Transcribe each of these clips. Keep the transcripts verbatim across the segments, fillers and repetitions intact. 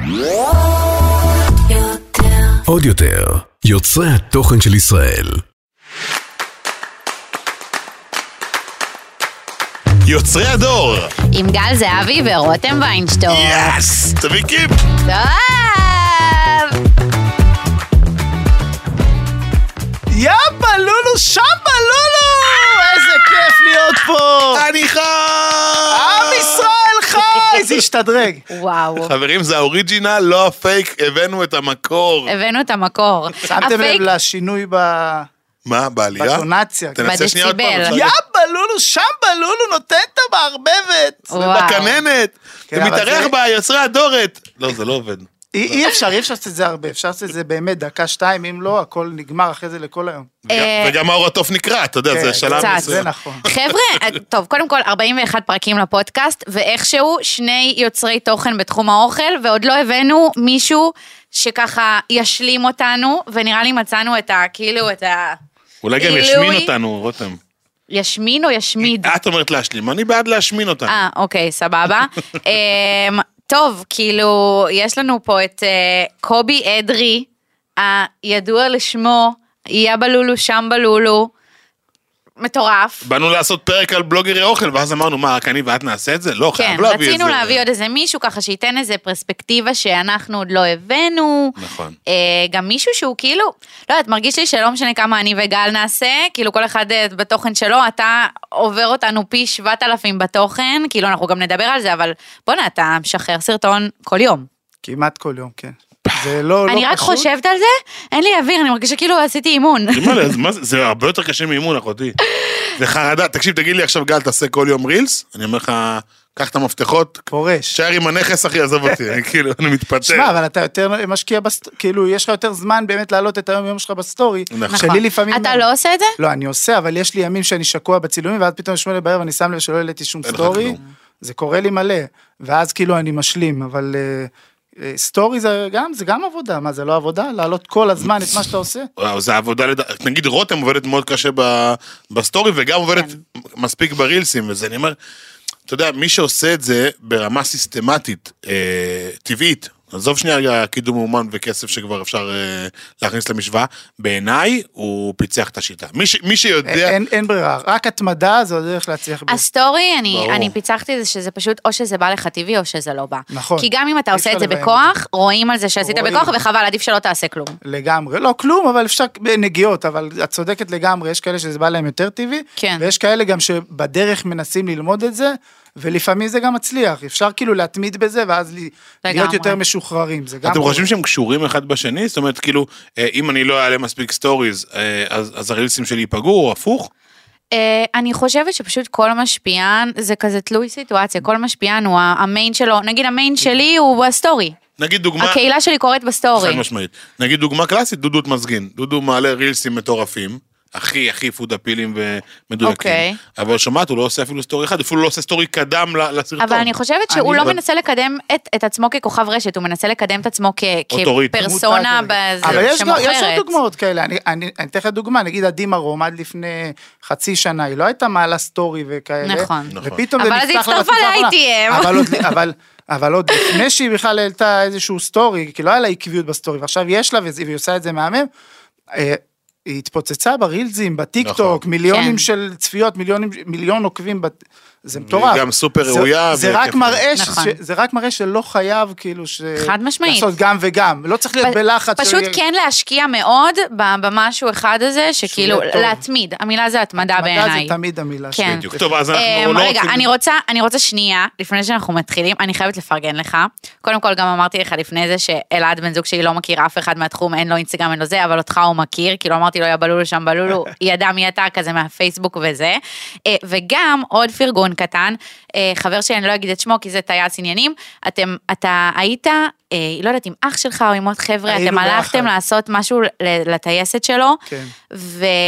עוד יותר, יוצרי התוכן של ישראל. יוצרי הדור עם גל זהבי ורותם ויינשטור. יס, תביא קיפ. טוב יאבא לולו שבה לולו, איזה כיף להיות פה. אני חי עם ישראל חי. זה השתדרג. וואו, חברים, זה האוריג'ינל, לא הפייק. הבאנו את המקור. הבאנו את המקור. שמתם לב לשינוי ב... מה, בעלייה? בטונציה. תנסה שנייה עוד פעם. בדציבל. יאבא לולו שבה לולו, נותן את המערבבת. וואו. בקננת. כן, זה אבל מתארח זה- ביוצרי הדורת. לא, זה לא עובד. אי אי אפשר, אי אפשר לעשות את זה הרבה. אפשר לעשות את זה באמת דקה, שתיים, אם לא, הכל נגמר אחרי זה לכל היום. וגם- וגם האור הטוב נקרא, אתה יודע, כן, זה שלב קצת. מסוים. זה נכון. חבר'ה, טוב, קודם כל ארבעים ואחד פרקים לפודקאסט, ואיכשהו שני יוצרי תוכן בתחום האוכל, ועוד לא הבאנו מישהו שככה ישלים אותנו, ונראה לי מצאנו את ה... כאילו את ה... אולי גם עילוי. ישמין אותנו, רותם. ישמין או ישמיד? את אומרת להשלים, אני בעד להשמין אותנו. אה, אוקיי, סבבה. אמ, טוב, כאילו, יש לנו פה את אה, קובי אדרי, הידוע לשמו, יהיה בלולו, שם בלולו, מטורף. באנו לעשות פרק על בלוגרי אוכל, ואז אמרנו, מה, רק אני ואת נעשה את זה? לא, כן, חייב להביא את זה. רצינו להביא עוד איזה מישהו ככה שייתן איזה פרספקטיבה שאנחנו עוד לא הבאנו. נכון. אה, גם מישהו שהוא כאילו, לא יודעת, מרגיש לי שלא משנה כמה אני וגל נעשה, כאילו כל אחד אה, בתוכן שלו, אתה עובר אותנו פי שבעת אלפים בתוכן, כאילו אנחנו גם נדבר על זה, אבל בוא'נה, אתה משחרר סרטון כל יום. כמעט כל יום, כן. זה לא לא אני רק פשוט. חושבת על זה, אין לי אוויר, אני מרגישה כאילו עשיתי אימון. אימא'לה, אז מה זה? זה הרבה יותר קשה מאימון, אחותי. זה חרדה. תקשיב, תגיד לי עכשיו, גל, תעשה כל יום רילס? אני אומר לך, קח את המפתחות, פורש. שער עם הנכס, אחי, עזוב אותי. אני כאילו, אני מתפטר. שמע, אבל אתה יותר משקיע, בסט... כאילו, יש לך יותר זמן באמת להעלות את היום יום שלך בסטורי. נכון. שלי לפעמים... אתה לא עושה את זה? לא, אני עושה, אבל יש לי ימים שאני שקוע בצילומים, ואז פתאום שמונה בערב אני שם לב שלא העליתי שום אין לך סטורי. כלום. זה קורה לי מלא, ואז כאילו אני משלים, אבל אה, אה, סטורי זה גם, זה גם עבודה, מה זה לא עבודה? להעלות כל הזמן את מה שאתה עושה? וואו, זה עבודה, לד... נגיד רותם עובדת מאוד קשה ב... בסטורי, וגם עובדת מספיק ברילסים, וזה, אני אומר, אתה יודע, מי שעושה את זה ברמה סיסטמטית, אה, טבעית, עזוב שנייה קידום מאומן וכסף שכבר אפשר אה, להכניס למשוואה, בעיניי הוא פיצח את השיטה. מי, ש... מי שיודע... אין, אין ברירה, רק התמדה זו הדרך להצליח בו. הסטורי, אני, ברור. אני פיצחתי זה שזה פשוט, או שזה בא לך טבעי, או שזה לא בא. נכון. כי גם אם אתה אי עושה אפשר את זה לביים בכוח, רואים על זה שעשית רואים. בכוח, וחבל, עדיף שלא תעשה כלום. לגמרי, לא כלום, אבל אפשר בנגיעות, אבל את צודקת לגמרי, יש כאלה שזה בא להם יותר טבעי, כן. ויש כאלה גם שבדרך מנסים ללמוד את זה, ולפעמים זה גם מצליח, אפשר כאילו להתמיד בזה, ואז לי- להיות לגמרי. יותר משוחררים, זה גם... אתם חושבים שהם קשורים אחד בשני? זאת אומרת, כאילו, אה, אם אני לא אעלה מספיק סטוריז, אה, אז, אז הרילסים שלי ייפגעו, או הפוך? אה, אני חושבת שפשוט כל משפיען, זה כזה תלוי סיטואציה, כל משפיען הוא המיין שלו, נגיד המיין שלי הוא בסטורי. נגיד דוגמה... הקהילה שלי קורית בסטורי. חד משמעית. נגיד דוגמה קלאסית, דודות מזגין. דודו מעלה רילסים מטורפים, הכי הכי פוד אפילים ומדויקים. אוקיי. אבל שומעת, הוא לא עושה אפילו סטורי אחד, אפילו לא עושה סטורי קדם ל- לסרטון. אבל אני חושבת שהוא אני לא לא- מנסה לקדם את, את עצמו ככוכב רשת, הוא מנסה לקדם את עצמו כ, אוטוריטה. כפרסונה בזה, אבל יש, גם- יש עוד שמוכרת. דוגמאות כאלה, אני, אני, אני אתן לך דוגמה, נגיד עדי מרום עד לפני חצי שנה, היא לא הייתה מעלה סטורי וכאלה, נכון. נכון. ופתאום אבל זה אז היא נפתח לה הצטרפה בתקופה האחרונה. ל-איי טי אם. אבל עוד, אבל, אבל עוד לפני שהיא בכלל העלתה איזשהו סטורי, כי לא היה לה עקביות בסטורי, ועכשיו יש לה, והיא עושה את זה מהמם, אה, היא התפוצצה ברילזים, בטיקטוק, נכון. מיליונים כן. של צפיות, מיליונים, מיליון עוקבים, בת... זה מטורף. גם סופר זה- ראויה זה וכיף. רק מראה, ש- נכון. ש- זה רק מראה שלא חייב, כאילו, ש... חד משמעית. לעשות גם וגם, לא צריך להיות פ- בלחץ. פשוט של- כן להשקיע מאוד ב- במשהו אחד הזה, שכאילו יהיה טוב. להתמיד, המילה זה התמדה התמדה בעיניי. זה תמיד המילה כן. שלי. בדיוק. טוב, אז אנחנו אמ, לא רגע, רוצים... אני רוצה, אני רוצה שנייה, לפני שאנחנו מתחילים, אני חייבת לפרגן לך. קודם כל, גם אמרתי לך לפני זה שאלעד בן זוג שלי לא מכיר אף אחד מהתחום, אין לו אינסטגרם, אין לו זה, אבל אותך הוא מכיר, כאילו אמרתי לו, יא בלולו שם בלולו, ידע מי אתה כזה מהפייסבוק וזה. אה, וגם עוד פרגון קטן, אה, חבר שאני לא אגיד את שמו, כי זה טייס עניינים, אתם, אתה היית, אה, לא יודעת, עם אח שלך או עם עוד חבר'ה, היינו אתם הלכתם ביחד. לעשות משהו ל- לטייסת שלו, כן. והוא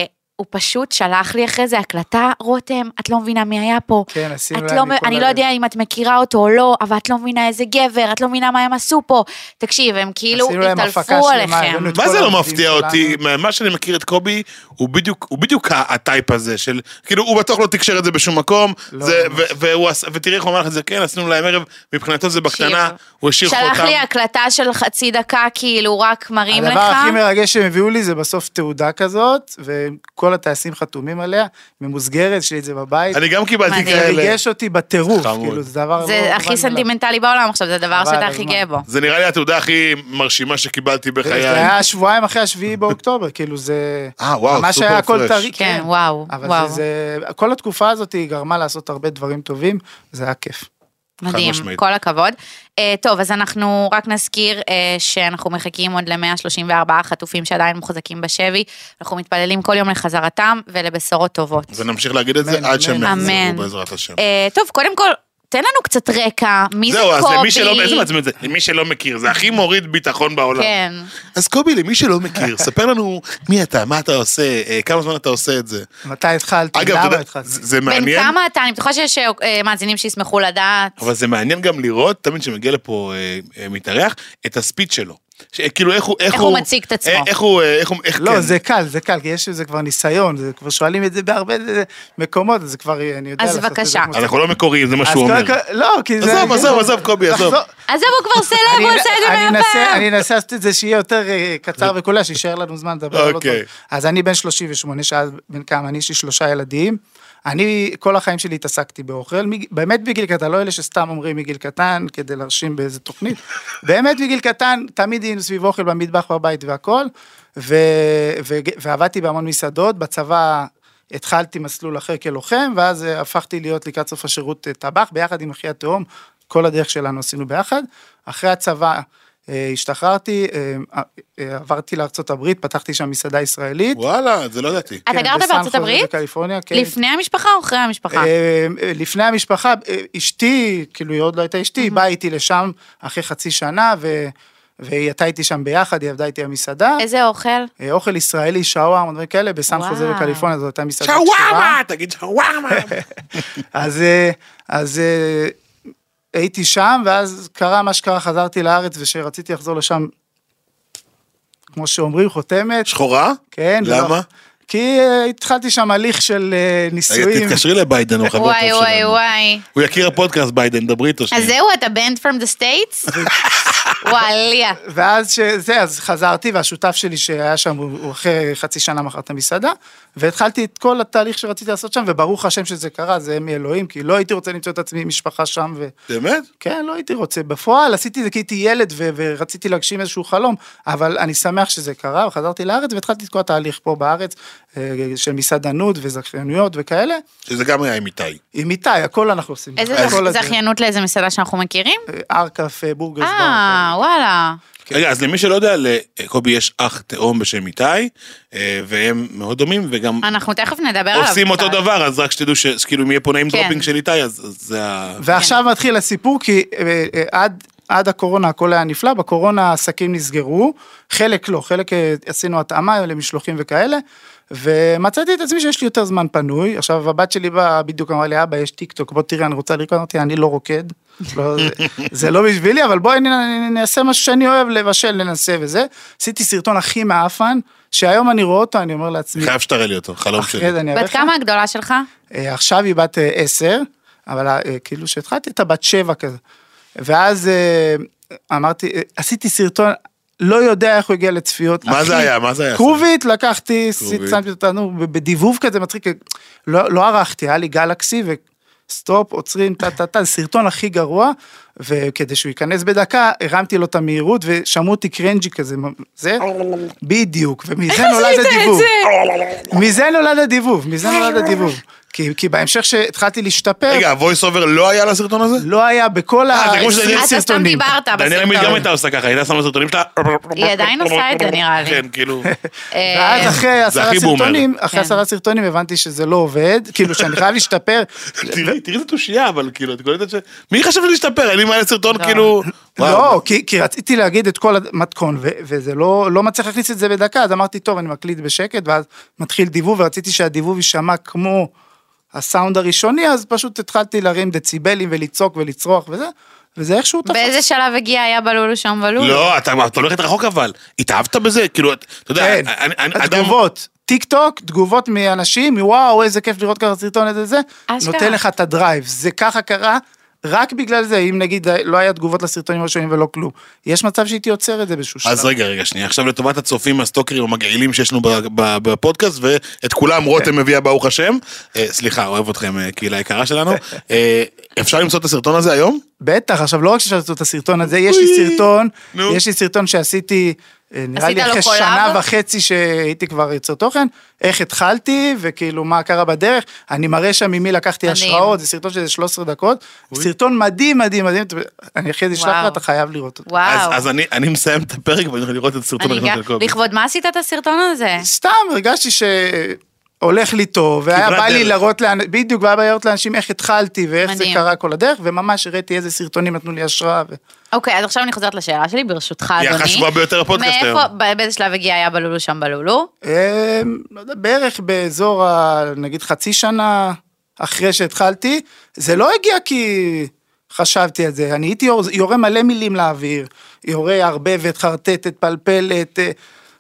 הוא פשוט שלח לי אחרי זה הקלטה, רותם, את לא מבינה מי היה פה. כן, עשינו את להם לא, מכל אני לא הלב. יודע אם את מכירה אותו או לא, אבל את לא מבינה איזה גבר, את לא מבינה מה הם עשו פה. תקשיב, הם כאילו עשינו להם הפקה התעלפו שלמה, עליכם. הבאנו את מה כל זה לא העובדים מפתיע שלנו. אותי? מה שאני מכיר את קובי, הוא בדיוק, הוא בדיוק הטייפ הזה של, כאילו הוא בטוח לא תקשר את זה בשום מקום, לא, זה- ממש. ו- והוא עשה- ותראי איך הוא אמר לך את זה, כן, עשינו להם ערב, מבחינתו זה בקטנה, שיר. הוא השאיר חותם. שלח לי הקלטה של חצי דקה, כאילו רק מראים לך. הדבר הכי מרגש שהם הביאו לי זה בסוף תעודה כזאת, וכל הטייסים חתומים עליה, ממוסגרת, שלי את זה בבית. אני גם קיבלתי מדהים. כאלה. ריגש אותי בטירוף, חמוד. כאילו זה דבר לא... זה מובן הכי מאליו. סנטימנטלי בעולם עכשיו, זה הדבר חבל שאתה על הכי הזמן. גאה בו. זה נראה לי התעודה הכי מרשימה שקיבלתי זה בחיי. היה שבועיים אחרי השביעי באוקטובר, כאילו זה... אה, וואו, ממש סופר היה הכל פרש. טרי, כן, וואו, אבל וואו. זה, זה, כל התקופה הזאת היא גרמה לעשות הרבה דברים טובים, זה היה כיף. מדהים, משמעית. כל הכבוד. Uh, טוב, אז אנחנו רק נזכיר uh, שאנחנו מחכים עוד ל-מאה שלושים וארבעה חטופים שעדיין מוחזקים בשבי, אנחנו מתפללים כל יום לחזרתם ולבשורות טובות. ונמשיך להגיד את זה אמן, עד שהם אמן. יחזרו אמן. בעזרת השם. Uh, טוב, קודם כל, תן לנו קצת רקע, מי זה זהו, אז קובי? למי שלא, איזה מעצמם את זה? למי שלא מכיר, זה הכי מוריד ביטחון בעולם. כן. אז קובי, למי שלא מכיר, ספר לנו מי אתה, מה אתה עושה, אה, כמה זמן אתה עושה את זה. מתי התחלתי, אגב, אתה למה יודע, התחלתי? זה זה בן מעניין, כמה אתה? אני בטוחה שיש אה, מאזינים שישמחו לדעת. אבל זה מעניין גם לראות, תמיד שמגיע לפה אה, אה, מתארח, את הספיץ שלו. ש- כאילו איך הוא, איך הוא מציג את עצמו. אה, איך הוא, אה, איך הוא, איך לא, כן. זה קל, זה קל, כי יש לזה כבר ניסיון, זה כבר שואלים את זה בהרבה מקומות, אז זה כבר, אני יודע אז לעשות את זה בבקשה. כמו שצריך. אנחנו לא מקוריים, זה מה אז שהוא אומר. קודם כל- לא, כי זה... עזוב, עזוב, עזוב, קובי, עזוב. לחזור- עזוב, הוא כבר סלב, אני- הוא עושה את אני זה אנסה- מהפעם. אני אנסה לעשות את זה שיהיה יותר אה, קצר וקולע, שישאר לנו זמן לדבר על עוד אוקיי. דברים. אז אני בן שלושים ושמונה, שאז בן כמה, אני יש לי שלושה ילדים. אני כל החיים שלי התעסקתי באוכל, מג- באמת בגיל קטן, לא אלה שסתם אומרים מגיל קטן, כדי להרשים באיזה תוכנית. באמת בגיל קטן, תמיד היינו סביב אוכל במטבח בבית והכל, ו- ו- ועבדתי בהמון מסעדות, בצבא התחלתי מסלול אחר כלוחם, ואז אה, הפכתי להיות לקראת סוף השירות אה, טבח, ביחד עם אחי התאום, כל הדרך שלנו עשינו ביחד. אחרי הצבא אה, השתחררתי, אה, אה, עברתי לארצות הברית, פתחתי שם מסעדה ישראלית. וואלה, זה לא ידעתי. אתה כן, גרת בסן בארצות חוזה הברית? בקליפורניה, כן. לפני המשפחה או אחרי המשפחה? אה, אה, לפני המשפחה, אה, אשתי, כאילו היא עוד לא הייתה אשתי, היא באה איתי לשם אחרי חצי שנה, ו- והיא הייתה איתי שם ביחד, היא עבדה איתי במסעדה. איזה אוכל? אה, אוכל ישראלי, שווארמה, דברים כאלה, בסן וואו. חוזה בקליפורניה, זו הייתה מסעדה קשורה. שווארמה, תגיד שווארמה. אז, אה, אז אה, הייתי שם, ואז קרה מה שקרה, חזרתי לארץ, ושרציתי לחזור לשם, כמו שאומרים, חותמת. שחורה? כן. למה? ולא- כי אה, התחלתי שם הליך של אה, רגע, נישואים. תתקשרי לביידן, הוא חבר טוב וואי וואי שלנו. וואי. הוא יכיר הפודקאסט ביידן, דברי איתו אז שנייה. זהו, אתה banned from the states? וואליה. ואז שזה, אז חזרתי, והשותף שלי שהיה שם, הוא הוא אחרי חצי שנה מכר את המסעדה, והתחלתי את כל התהליך שרציתי לעשות שם, וברוך השם שזה קרה, זה מאלוהים, כי לא הייתי רוצה למצוא את עצמי עם משפחה שם, ו... באמת? כן, לא הייתי רוצה. בפועל עשיתי את זה כי הייתי ילד, ו- ורציתי להגשים איזשהו חלום, אבל אני שמח שזה קרה, וחזרתי לארץ, והתחלתי את כל התהליך פה בארץ, אה, של מסעדנות וזכיינויות וכאלה, שזה גם היה עם איתי. עם איתי, הכל אנחנו עושים. איזה הכל זכ- הזה. זכיינות לאיזה מסעדה שאנחנו מכירים? אה, ארקף, אה, בורגרס בר. אה, וואלה. רגע, אז למי שלא יודע, לקובי יש אח תאום בשם איתי, אה, והם מאוד דומים, וגם אנחנו תכף נדבר עליו. עושים אותו קצת. דבר, אז רק שתדעו שכאילו אם יהיה פה נעים כן. דרופינג של איתי, אז אז זה ה... ועכשיו מתחיל הסיפור, כי אה, אה, עד, עד הקורונה הכל היה נפלא, בקורונה העסקים נסגרו, חלק לא, חלק אה, עשינו התאמה למשלוחים וכאלה, ומצאתי את עצמי שיש לי יותר זמן פנוי, עכשיו הבת שלי באה בדיוק אמרה לי, אבא יש טיק טוק, בוא תראה אני רוצה לרקוד, אמרתי, אני לא רוקד, לא, זה, זה לא בשבילי, אבל בואי נ- נעשה משהו שאני אוהב לבשל, ננסה וזה, עשיתי סרטון הכי מאפן, שהיום אני רואה אותו, אני אומר לעצמי, חייב שתראה לי אותו, חלום שלי. אחרי זה אני אראה בת לך. כמה הגדולה שלך? אה, עכשיו היא בת אה, עשר, אבל אה, כאילו שהתחלתי את הבת שבע כזה. ואז אה, אמרתי, אה, עשיתי סרטון, לא יודע איך הוא הגיע לצפיות. מה אחי, זה היה? מה זה היה? כרובית, לקחתי, כרובית. שמתי אותנו בדיבוב כזה מצחיק, לא, לא ערכתי, היה לי גלקסי וסטופ, עוצרים, טה טה טה, סרטון הכי גרוע, וכדי שהוא ייכנס בדקה, הרמתי לו את המהירות, ושמעו אותי קרנג'י כזה, זה, בדיוק, ומזה נולד הדיבוב. מזה נולד הדיבוב, מזה נולד הדיבוב. כי, כי בהמשך שהתחלתי להשתפר, רגע, הוויס אובר לא היה לסרטון הזה? לא היה בכל אה, זה כמו שזה- אתה סתם הסרטונים. דיברת דניאל עמית גם בסרטון. הייתה עושה ככה, הייתה שמה סרטונים שלה. היא עדיין עושה את זה, נראה לי. כן, כאילו. אה, ואז אחרי עשרה הכי בומר. סרטונים, אחרי כן. עשרה סרטונים הבנתי שזה לא עובד, כאילו שאני חייב להשתפר. תראי, תראי את התושייה, אבל כאילו, את קולטת ש... מי חשב להשתפר? אני מעלה סרטון לא. כאילו... וואו. לא, כי, כי רציתי להגיד את כל המתכון, ו- וזה לא, לא מצליח להכניס את זה בדקה, אז אמרתי, טוב, אני מקליט בשקט, ואז מתחיל דיבוב, ורציתי שהדיבוב יישמע כמו הסאונד הראשוני, אז פשוט התחלתי להרים דציבלים ולצעוק ולצרוח וזה, וזה איכשהו תפס. באיזה שלב הגיע היה בלולו שם בלולו? לא, אתה אתה הולכת רחוק אבל. התאהבת בזה? כאילו, אתה יודע, כן, אני- אני- אדם... התגובות, טיק טוק, תגובות מאנשים, וואו, איזה כיף לראות ככה סרטון, איזה זה, אשכרה. נותן לך את הדרייב, זה ככה קרה, רק בגלל זה, אם נגיד לא היה תגובות לסרטונים הראשונים ולא כלום, יש מצב שהייתי עוצר את זה באיזשהו שלב. אז רגע, רגע, שנייה, עכשיו לטובת הצופים, הסטוקרים, המגעילים שיש לנו ב- ב- בפודקאסט, ואת כולם רותם מביאה ברוך השם. אה, סליחה, אוהב אתכם, אה, קהילה יקרה שלנו. אה, אפשר למצוא את הסרטון הזה היום? בטח, עכשיו לא רק ששאלתי את הסרטון הזה, יש לי סרטון, נו. יש לי סרטון שעשיתי, אה, נראה עשית לי לו אחרי קולאב? שנה וחצי שהייתי כבר יוצר תוכן, איך התחלתי וכאילו מה קרה בדרך, אני מראה שם ממי לקחתי מדהים. השראות, זה סרטון של שלוש עשרה דקות, סרטון מדהים, מדהים, מדהים, אני אחרי זה אשלח וואו. לך, אתה חייב לראות אותו. אז וואו. אז אני אני מסיים את הפרק ואני הולך לראות את הסרטון אני הראשון גם- של קובי. לכבוד מה עשית את הסרטון הזה? סתם, הרגשתי שהולך לי טוב, והיה כברת בא לי דרך. להראות, לאנ- בדיוק, והיה בא לי להראות לאנשים איך התחלתי, ואיך זה מדהים. קרה כל הדרך, וממש הראיתי איזה סרטונים נתנו לי השראה. ו- אוקיי, אז עכשיו אני חוזרת לשאלה שלי, ברשותך, היא אדוני. החשובה ביותר בפודקאסט היום. מאיפה, ב- באיזה שלב הגיע היה בלולו שם בלולו? אמ, לא יודע, בערך באזור, ה- נגיד חצי שנה אחרי שהתחלתי, זה לא הגיע כי חשבתי על זה, אני הייתי יור- יורה מלא מילים לאוויר, יורה ערבבת, חרטטת, פלפלת, אה,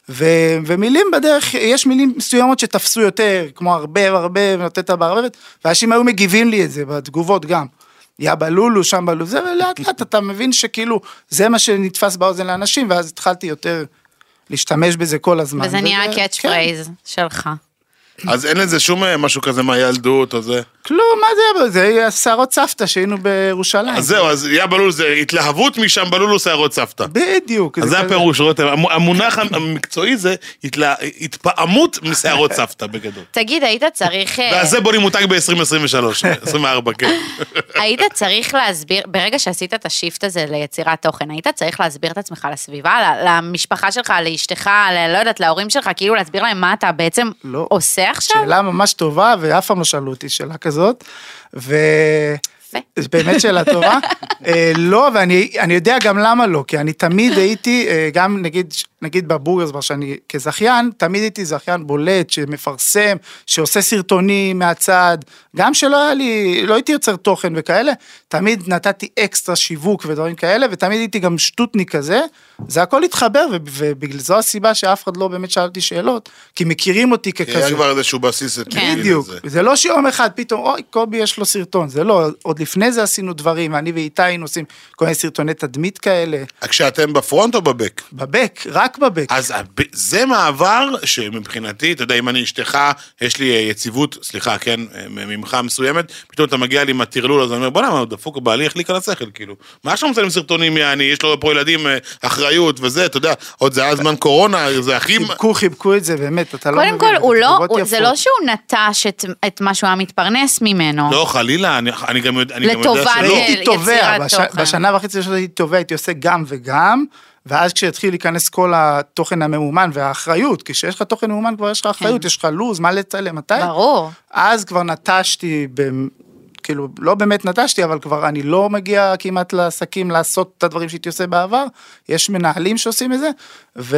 ו- ומילים בדרך, יש מילים מסוימות שתפסו יותר, כמו ערבב, ערבב, נותנת בערבבת, ואנשים היו מגיבים לי את זה, בתגובות גם. יא בלולו, שם בלולו, זה, ולאט לאט אתה מבין שכאילו, זה מה שנתפס באוזן לאנשים, ואז התחלתי יותר להשתמש בזה כל הזמן. וזה נהיה קאץ' כן. פרייז שלך. אז אין לזה שום אה, משהו כזה מהילדות או זה. כלום, מה זה, זה שערות סבתא שהיינו בירושלים. אז זהו, אז יא בלול זה התלהבות משם בלולו שערות סבתא. בדיוק. אז זה כזה- הפירוש, רותם. המ- המונח המקצועי זה התלה- התפעמות משערות סבתא בגדול. תגיד, היית צריך... אה, ועל זה בוא נמותג ב-עשרים עשרים ושלוש, עשרים וארבע, כן. היית צריך להסביר, ברגע שעשית את השיפט הזה ליצירת תוכן, היית צריך להסביר את עצמך לסביבה, ל- למשפחה שלך, לאשתך, ל- לא יודעת, להורים שלך, כאילו להסביר להם מה אתה בעצם לא. עושה עכשיו? שאלה ממש טובה, ואף פעם לא שאלו אותי שאלה כזאת, ו... יפה. זה באמת שאלה טובה. אה, לא, ואני אני יודע גם למה לא, כי אני תמיד הייתי, אה, גם נגיד, נגיד בבורגרס, בר שאני כזכיין, תמיד הייתי זכיין בולט, שמפרסם, שעושה סרטונים מהצד, גם שלא היה לי, לא הייתי יוצר תוכן וכאלה, תמיד נתתי אקסטרה שיווק ודברים כאלה, ותמיד הייתי גם שטוטניק כזה, זה הכל התחבר, ו- ובגלל זו הסיבה שאף אחד לא באמת שאל אותי שאלות, כי מכירים אותי היה ככזה. כבר איזשהו בסיס. טבעי בדיוק, לזה. זה לא שיום אחד פתאום, אוי, קובי יש לו סרטון, זה לא, עוד לפני זה עשינו דברים, אני ואיתי היינו עושים כל מיני סרטוני תדמית כאלה, כשאתם בפרונט או בבק? בבק, רק בבק. אז הב- זה מעבר שמבחינתי, אתה יודע, אם אני אשתך, יש לי אה, יציבות, סליחה, כן, אה, ממך מסוימת, פתאום אתה מגיע לי עם הטרלול, אז אני אומר, בוא נאמר, דפוק בעלי, החליק על השכל, כאילו. מה עכשיו מצלם סרטונים, יעני, יש לו פה ילדים, אה, אחריות וזה, אתה יודע, עוד זה היה זמן קורונה, זה הכי... חיבקו, חיבקו את זה, באמת, אתה לא קודם מבין. כל, הוא לא, תגובות הוא- זה יפות. לא שהוא נטש את- את מה שהוא היה מתפרנס ממנו. לא, חלילה, אני, אני גם יודע, אני גם יודע לטובת שלא. אה, הייתי תובע, יצירת בש- תוכן. בשנה וחצי שהייתי תובע, הייתי עושה גם וגם, ואז כשהתחיל להיכנס כל התוכן הממומן והאחריות, כי כשיש לך תוכן ממומן כבר יש לך אחריות, יש לך לוז, מה לצלם, מתי? ברור. אז כבר נטשתי, ב- כאילו, לא באמת נטשתי, אבל כבר אני לא מגיע כמעט לעסקים לעשות את הדברים שהייתי עושה בעבר, יש מנהלים שעושים את זה, ו...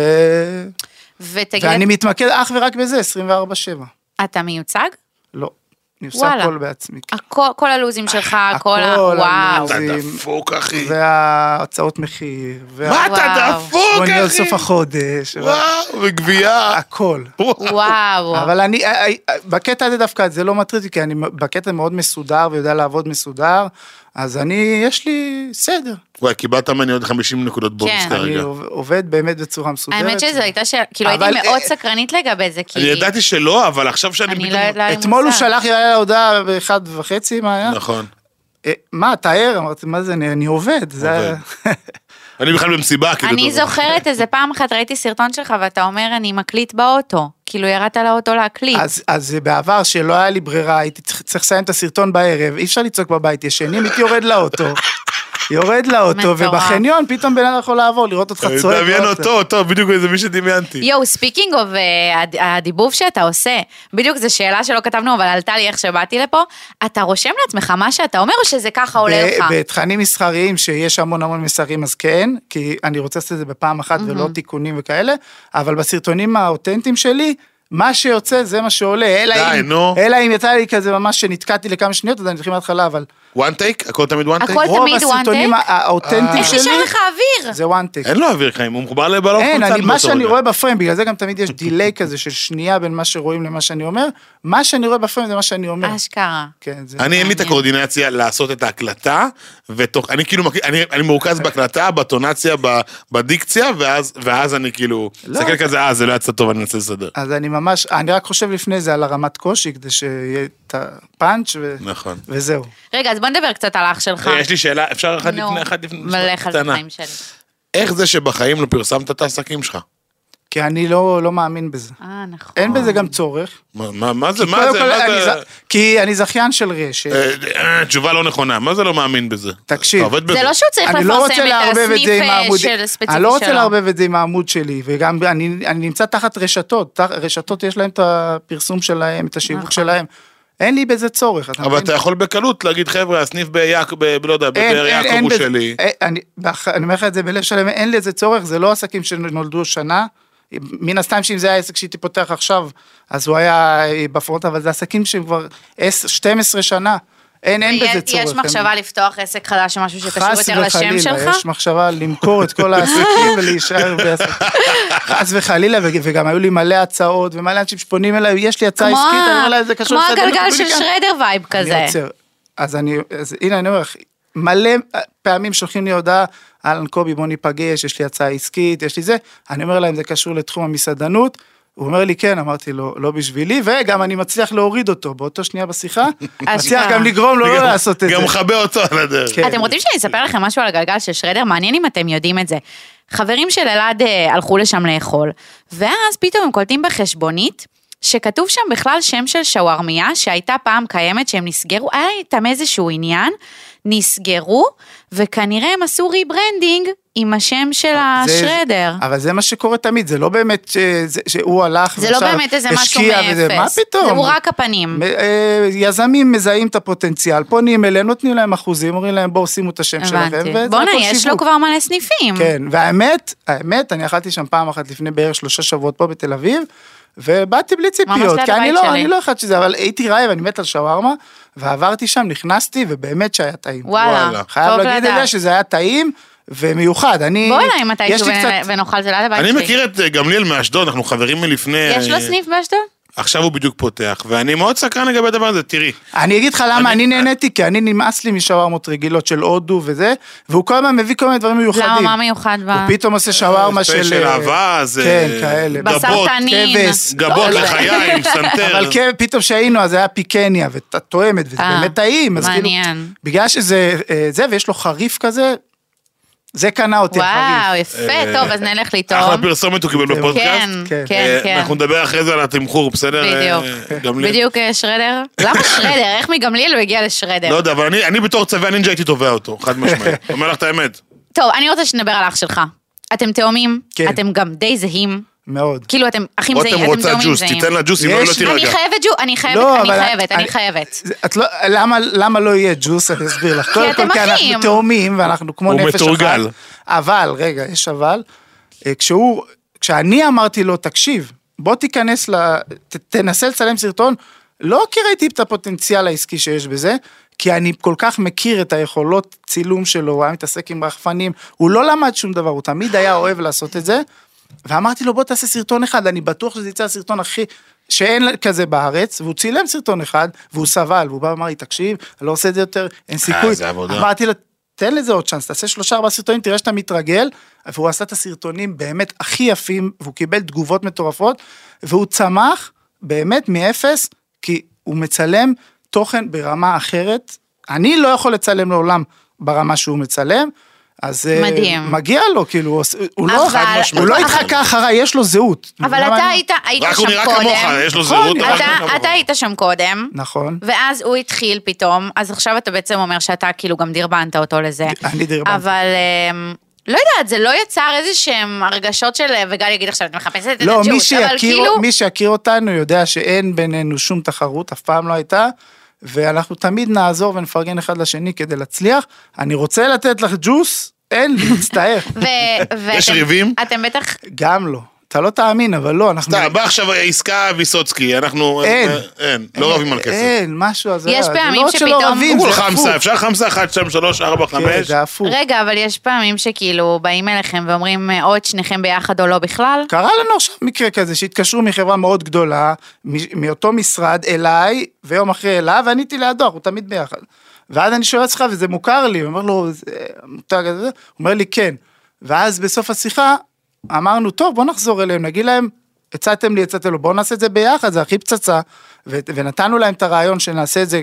ותגיד, ואני מתמקד אך ורק בזה, עשרים וארבע שבע. אתה מיוצג? לא, אני עושה וואלה. הכל בעצמי. הכל, כל הלוזים שלך, כל ה... הכל, וואו. אתה זה- דפוק, אחי. וההצעות מחיר, וה- מה אתה וואו. דפוק, בוא נהיה אחי? סוף החודש, וואו, וגבייה. הכל. וואו. אבל אני, אה, אה, בקטע הזה דווקא זה לא מטריד, כי אני בקטע מאוד מסודר ויודע לעבוד מסודר, אז אני, יש לי סדר. וואי, קיבלת ממני עוד חמישים נקודות בונוס כן. אני כרגע. עובד באמת בצורה מסודרת. האמת שזו הייתה שאלה, כאילו אבל, הייתי מאוד אה, סקרנית לגבי זה, כי... אני ידעתי שלא, אבל עכשיו שאני אני פתאום... לא יודעת. אתמול הוא מושג. שלח לי היה הודעה באחד וחצי, מה היה? נכון. אה, מה, אתה ער? אמרתי, מה זה, אני, אני עובד. זה היה- אני בכלל במסיבה, כאילו. אני זוכרת איזה פעם אחת ראיתי סרטון שלך, ואתה אומר, אני מקליט באוטו. כאילו ירדת לאוטו להקליט. אז, אז בעבר שלא היה לי ברירה, הייתי צריך, צריך לסיים את הסרטון בערב, אי אפשר לצעוק בבית, ישנים, הייתי יורד לאוטו. יורד לאוטו, ובחניון פתאום בן אדם יכול לעבור, לראות אותך צועק. דמיין אותו, אותו, בדיוק איזה מי שדמיינתי. יואו, ספיקינג אוף הדיבוב שאתה עושה, בדיוק זו שאלה שלא כתבנו, אבל עלתה לי איך שבאתי לפה, אתה רושם לעצמך מה שאתה אומר, או שזה ככה עולה לך? בתכנים מסחריים, שיש המון המון מסרים, אז כן, כי אני רוצה לעשות את זה בפעם אחת, ולא תיקונים וכאלה, אבל בסרטונים האותנטיים שלי, מה שיוצא זה מה שעולה, אלא אם יצא לי כזה ממש שנתקעתי לכמה שניות, אז אני מתחיל מההתחלה, אבל... one take? הכל תמיד one take? הכל תמיד one take? רוב הסרטונים האותנטיים שלי... איך נשאר לך אוויר? זה one take. אין לו אוויר חיים, הוא מחובר לבלון חמצן. אין, מה שאני רואה בפריים, בגלל זה גם תמיד יש דיליי כזה של שנייה בין מה שרואים למה שאני אומר, מה שאני רואה בפריים זה מה שאני אומר. אשכרה. אני אין לי את הקואורדינציה לעשות את ההקלטה, אני כאילו, אני מרוכז בהקלטה, בטונציה, בדיקציה, ואז אני כאילו, סתכל כזה, אה, זה לא יצא טוב, אני אנסה לסדר. אז אני ממש, אני רק חושב לפני זה על הרמת קושי, כדי שיהיה את הפאנץ' וזהו. רגע, אז בוא נדבר קצת על אח שלך. יש לי שאלה, אפשר אחד לפני, אחד לפני, מלך על החיים שלי. איך זה שבחיים לא פרסמת את העסקים שלך? כי אני לא, לא מאמין בזה. אה, נכון. אין בזה גם צורך. מה, מה זה, מה זה, מה זה? כי אני זכיין של רשת. תשובה לא נכונה, מה זה לא מאמין בזה? תקשיב. זה לא שהוא צריך לפרסם את הסניף של ספציפי שלו. אני לא רוצה לערבב את זה עם העמוד שלי, וגם אני נמצא תחת רשתות, רשתות יש להם את הפרסום שלהם, את השיווק שלהם. אין לי בזה צורך. אבל אתה יכול בקלות להגיד, חבר'ה, הסניף ביעקב, לא יודע, בבאר יעקב הוא שלי. אני אומר לך את זה בלב שלם, אין לזה צורך, זה לא עסקים שנולדו שנה, מן הסתם שאם זה היה עסק שהייתי פותח עכשיו, אז הוא היה בפרונט, אבל זה עסקים שהם כבר שתים עשרה שנה, אין, אין בזה צורך. יש מחשבה לפתוח עסק חדש, משהו שקשור יותר לשם שלך? חס וחלילה, יש מחשבה למכור את כל העסקים ולהישאר בעסק. חס וחלילה, וגם היו לי מלא הצעות, ומלא אנשים שפונים אליי, יש לי הצעה עסקית, אני אומר לה, זה קשור כמו הגלגל של שרדר וייב כזה. אז אני, הנה אני אומר, מלא פעמים שולחים לי הודעה, אלן קובי בוא ניפגש, יש לי הצעה עסקית, יש לי זה, אני אומר להם זה קשור לתחום המסעדנות, הוא אומר לי כן, אמרתי לו, לא בשבילי, וגם אני מצליח להוריד אותו, באותו שנייה בשיחה, מצליח גם לגרום לו לא לעשות את זה. גם מחבא אותו על הדרך. אתם רוצים שאני אספר לכם משהו על הגלגל של שרדר? מעניין אם אתם יודעים את זה. חברים של אלעד הלכו לשם לאכול, ואז פתאום הם קולטים בחשבונית, שכתוב שם בכלל שם של שווארמיה, שהייתה פעם קיימת, שהם נסגרו, היה איתם איזשהו עניין, נסגרו, וכנראה הם עשו ריברנדינג עם השם של השרדר. אבל זה מה שקורה תמיד, זה לא באמת שהוא הלך זה לא באמת איזה משהו מאפס. מה פתאום? זה הוא רק הפנים. יזמים מזהים את הפוטנציאל, פונים אליהם, נותנים להם אחוזים, אומרים להם בואו שימו את השם שלכם. בוא'נה, יש לו כבר מלא סניפים. כן, והאמת, האמת, אני אכלתי שם פעם אחת לפני בערך שלושה שבועות פה בתל אביב, ובאתי בלי ציפיות, כי אני לא, אני לא אחד שזה, אבל הייתי רעב, אני מת על שווארמה, ועברתי שם, נכנסתי, ובאמת שהיה טעים. וואלה, חייב להגיד את זה שזה היה טעים, ומיוחד, אני... בוא אליי מתישהו ונאכל זה ליד הבית שלי. אני מכיר את גמליאל מאשדוד, אנחנו חברים מלפני... יש לו סניף באשדוד? עכשיו הוא בדיוק פותח, ואני מאוד סקרן לגבי הדבר הזה, תראי. אני אגיד לך למה אני נהניתי, כי אני נמאס לי משווארמות רגילות של הודו וזה, והוא כל הזמן מביא כל מיני דברים מיוחדים. למה, מה מיוחד בה? הוא פתאום עושה שווארמה של... של אהבה, כן, כאלה. בשר תנין. גבות לחיים, סנטר. אבל פתאום שהיינו, אז היה פיקניה, ותואמת, וזה באמת טעים. מעניין. בגלל שזה, זה, ויש לו חריף כזה, זה קנה אותי החריף. וואו, יפה, טוב, אז נלך לטעום. אחלה פרסומת הוא קיבל בפודקאסט. כן, כן, כן. אנחנו נדבר אחרי זה על התמחור, בסדר? בדיוק. בדיוק שרדר. למה שרדר? איך מגמליאל הוא הגיע לשרדר? לא יודע, אבל אני בתור צבע נינג'ה הייתי תובע אותו, חד משמעית. אומר לך את האמת. טוב, אני רוצה שנדבר על אח שלך. אתם תאומים, אתם גם די זהים. מאוד. כאילו אתם אחים זהים, אתם רוצה ג'וס, תיתן לה ג'וס, אם לא תירגע. אני חייבת ג'וס, אני חייבת, אני חייבת, אני חייבת. למה לא יהיה ג'וס, אני אסביר לך. כי אתם אחים. כי אנחנו תאומים, ואנחנו כמו נפש אחת. הוא מתורגל. אבל, רגע, יש אבל, כשהוא, כשאני אמרתי לו, תקשיב, בוא תיכנס, תנסה לצלם סרטון, לא כי ראיתי את הפוטנציאל העסקי שיש בזה, כי אני כל כך מכיר את היכולות צילום שלו, הוא היה מתעסק עם רחפנים, הוא לא למד שום דבר, הוא תמיד היה אוהב לעשות את זה, ואמרתי לו בוא תעשה סרטון אחד, אני בטוח שזה יצא הסרטון הכי, שאין כזה בארץ, והוא צילם סרטון אחד, והוא סבל, והוא בא ואמר לי תקשיב, אני לא עושה את זה יותר, אין סיכוי, אמרתי לו תן לזה עוד צ'אנס, תעשה שלושה ארבעה סרטונים, תראה שאתה מתרגל, והוא עשה את הסרטונים באמת הכי יפים, והוא קיבל תגובות מטורפות, והוא צמח באמת מאפס, כי הוא מצלם תוכן ברמה אחרת, אני לא יכול לצלם לעולם ברמה שהוא מצלם, אז מדהים. מגיע לו, כאילו, הוא לא, אבל- הוא לא התחכה אחריי, יש לו זהות. אבל אתה היית היית רק הוא שם נראה כמוך, קודם. יש לו נכון, זהות. רק אתה- הוא כמוך. אתה היית שם קודם. נכון. ואז הוא התחיל פתאום, אז עכשיו אתה בעצם אומר שאתה כאילו גם דרבנת אותו לזה. אני דרבנתי. אבל אמ, לא יודעת, זה לא יצר איזה שהם הרגשות של, וגל יגיד עכשיו, את מחפשת את לא, הג'וס, מי אבל שיכיר, כאילו, מי שיכיר אותנו יודע שאין בינינו שום תחרות, אף פעם לא הייתה, ואנחנו תמיד נעזור ונפרגן אחד לשני כדי להצליח. אני רוצה לתת לך ג'וס, אין לי, מצטער. ו- ואתם- יש ריבים? אתם בטח, גם לא. אתה לא תאמין, אבל לא, אנחנו... סתם, בא עכשיו עסקה ויסוצקי, אנחנו... אין. אין, לא רבים על כסף. אין, משהו הזה. יש זה פעמים לא שלא שפתאום- רבים, כול זה הפוך. חמסה, אפשר חמסה אחת, שתיים, שלוש, ארבע, כן, חמש. זה הפוך. רגע, אבל יש פעמים שכאילו באים אליכם ואומרים, או את שניכם ביחד או לא בכלל? קרה לנו עכשיו מקרה כזה, שהתקשרו מחברה מאוד גדולה, מ- מאותו משרד אליי, ויום אחרי אליו, ועניתי לידו, אנחנו תמיד ביחד. ואז אני שואל אצלך, וזה מוכר לי, הוא אומר לו, זה מותג הזה, הוא אומר לי, כן. ואז בסוף השיחה, אמרנו, טוב, בוא נחזור אליהם, נגיד להם, הצעתם לי, הצעתם לו, בואו נעשה את זה ביחד, זה הכי פצצה, ו- ונתנו להם את הרעיון שנעשה את זה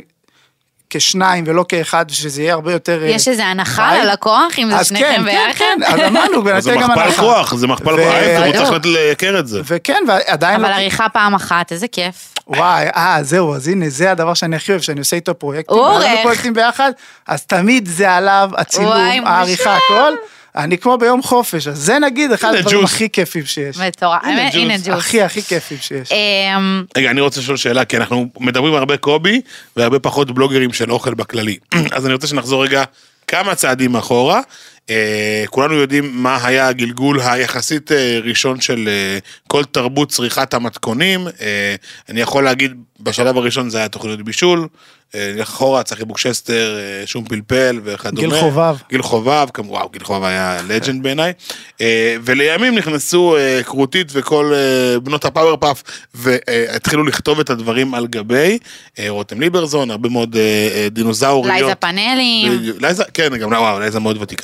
כשניים ולא כאחד, שזה יהיה הרבה יותר... יש איזה הנחה חי. ללקוח, אם זה אז שניכם כן, ביחד? כן, כן, אז אמרנו, אז זה ונתן גם מכפל הנחה. כוח, זה מכפל ו- כוח, ההפך, הוא בדיוק. צריך לייקר את זה. וכן, ועדיין אבל לא... עריכה פעם אחת, איזה כיף. וואי, אה, זהו, אז הנה, זה הדבר שאני הכי אוהב, שאני עושה איתו פרויקטים. אורך. היה לנו פרויקטים ביחד, אז תמיד זה עליו, וואי, הצילום, העריכה, מושל. הכל. אני כמו ביום חופש, אז זה נגיד אחד הנה, הדברים ג'וס. הכי כיפים שיש. מטורף, הנה, האמת, הנה ג'וס. ג'וס. הכי הכי כיפים שיש. אמ, רגע, אני רוצה לשאול שאלה, כי אנחנו מדברים הרבה קובי, והרבה פחות בלוגרים של אוכל בכללי. אז אני רוצה שנחזור רגע כמה צעדים אחורה. אה, כולנו יודעים מה היה הגלגול היחסית אה, ראשון של אה, כל תרבות צריכת המתכונים. אה, אני יכול להגיד, בשלב הראשון זה היה תוכניות בישול, אה, נלך אחורה, צחי בוקשסטר, אה, שום פלפל וכדומה. גיל חובב. גיל חובב, כמו, וואו, גיל חובב היה לג'נד בעיניי. אה, ולימים נכנסו אה, קרוטית וכל אה, בנות הפאוור פאף, והתחילו לכתוב את הדברים על גבי, אה, רותם ליברזון, הרבה מאוד אה, אה, דינוזאוריות. לייזה פאנלים. בדיוק, לייזה, כן, גם, וואו, לייזה מאוד ותיקה.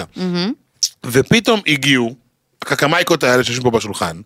ופתאום הגיעו, הקקמייקות האלה שיושבים פה בשולחן,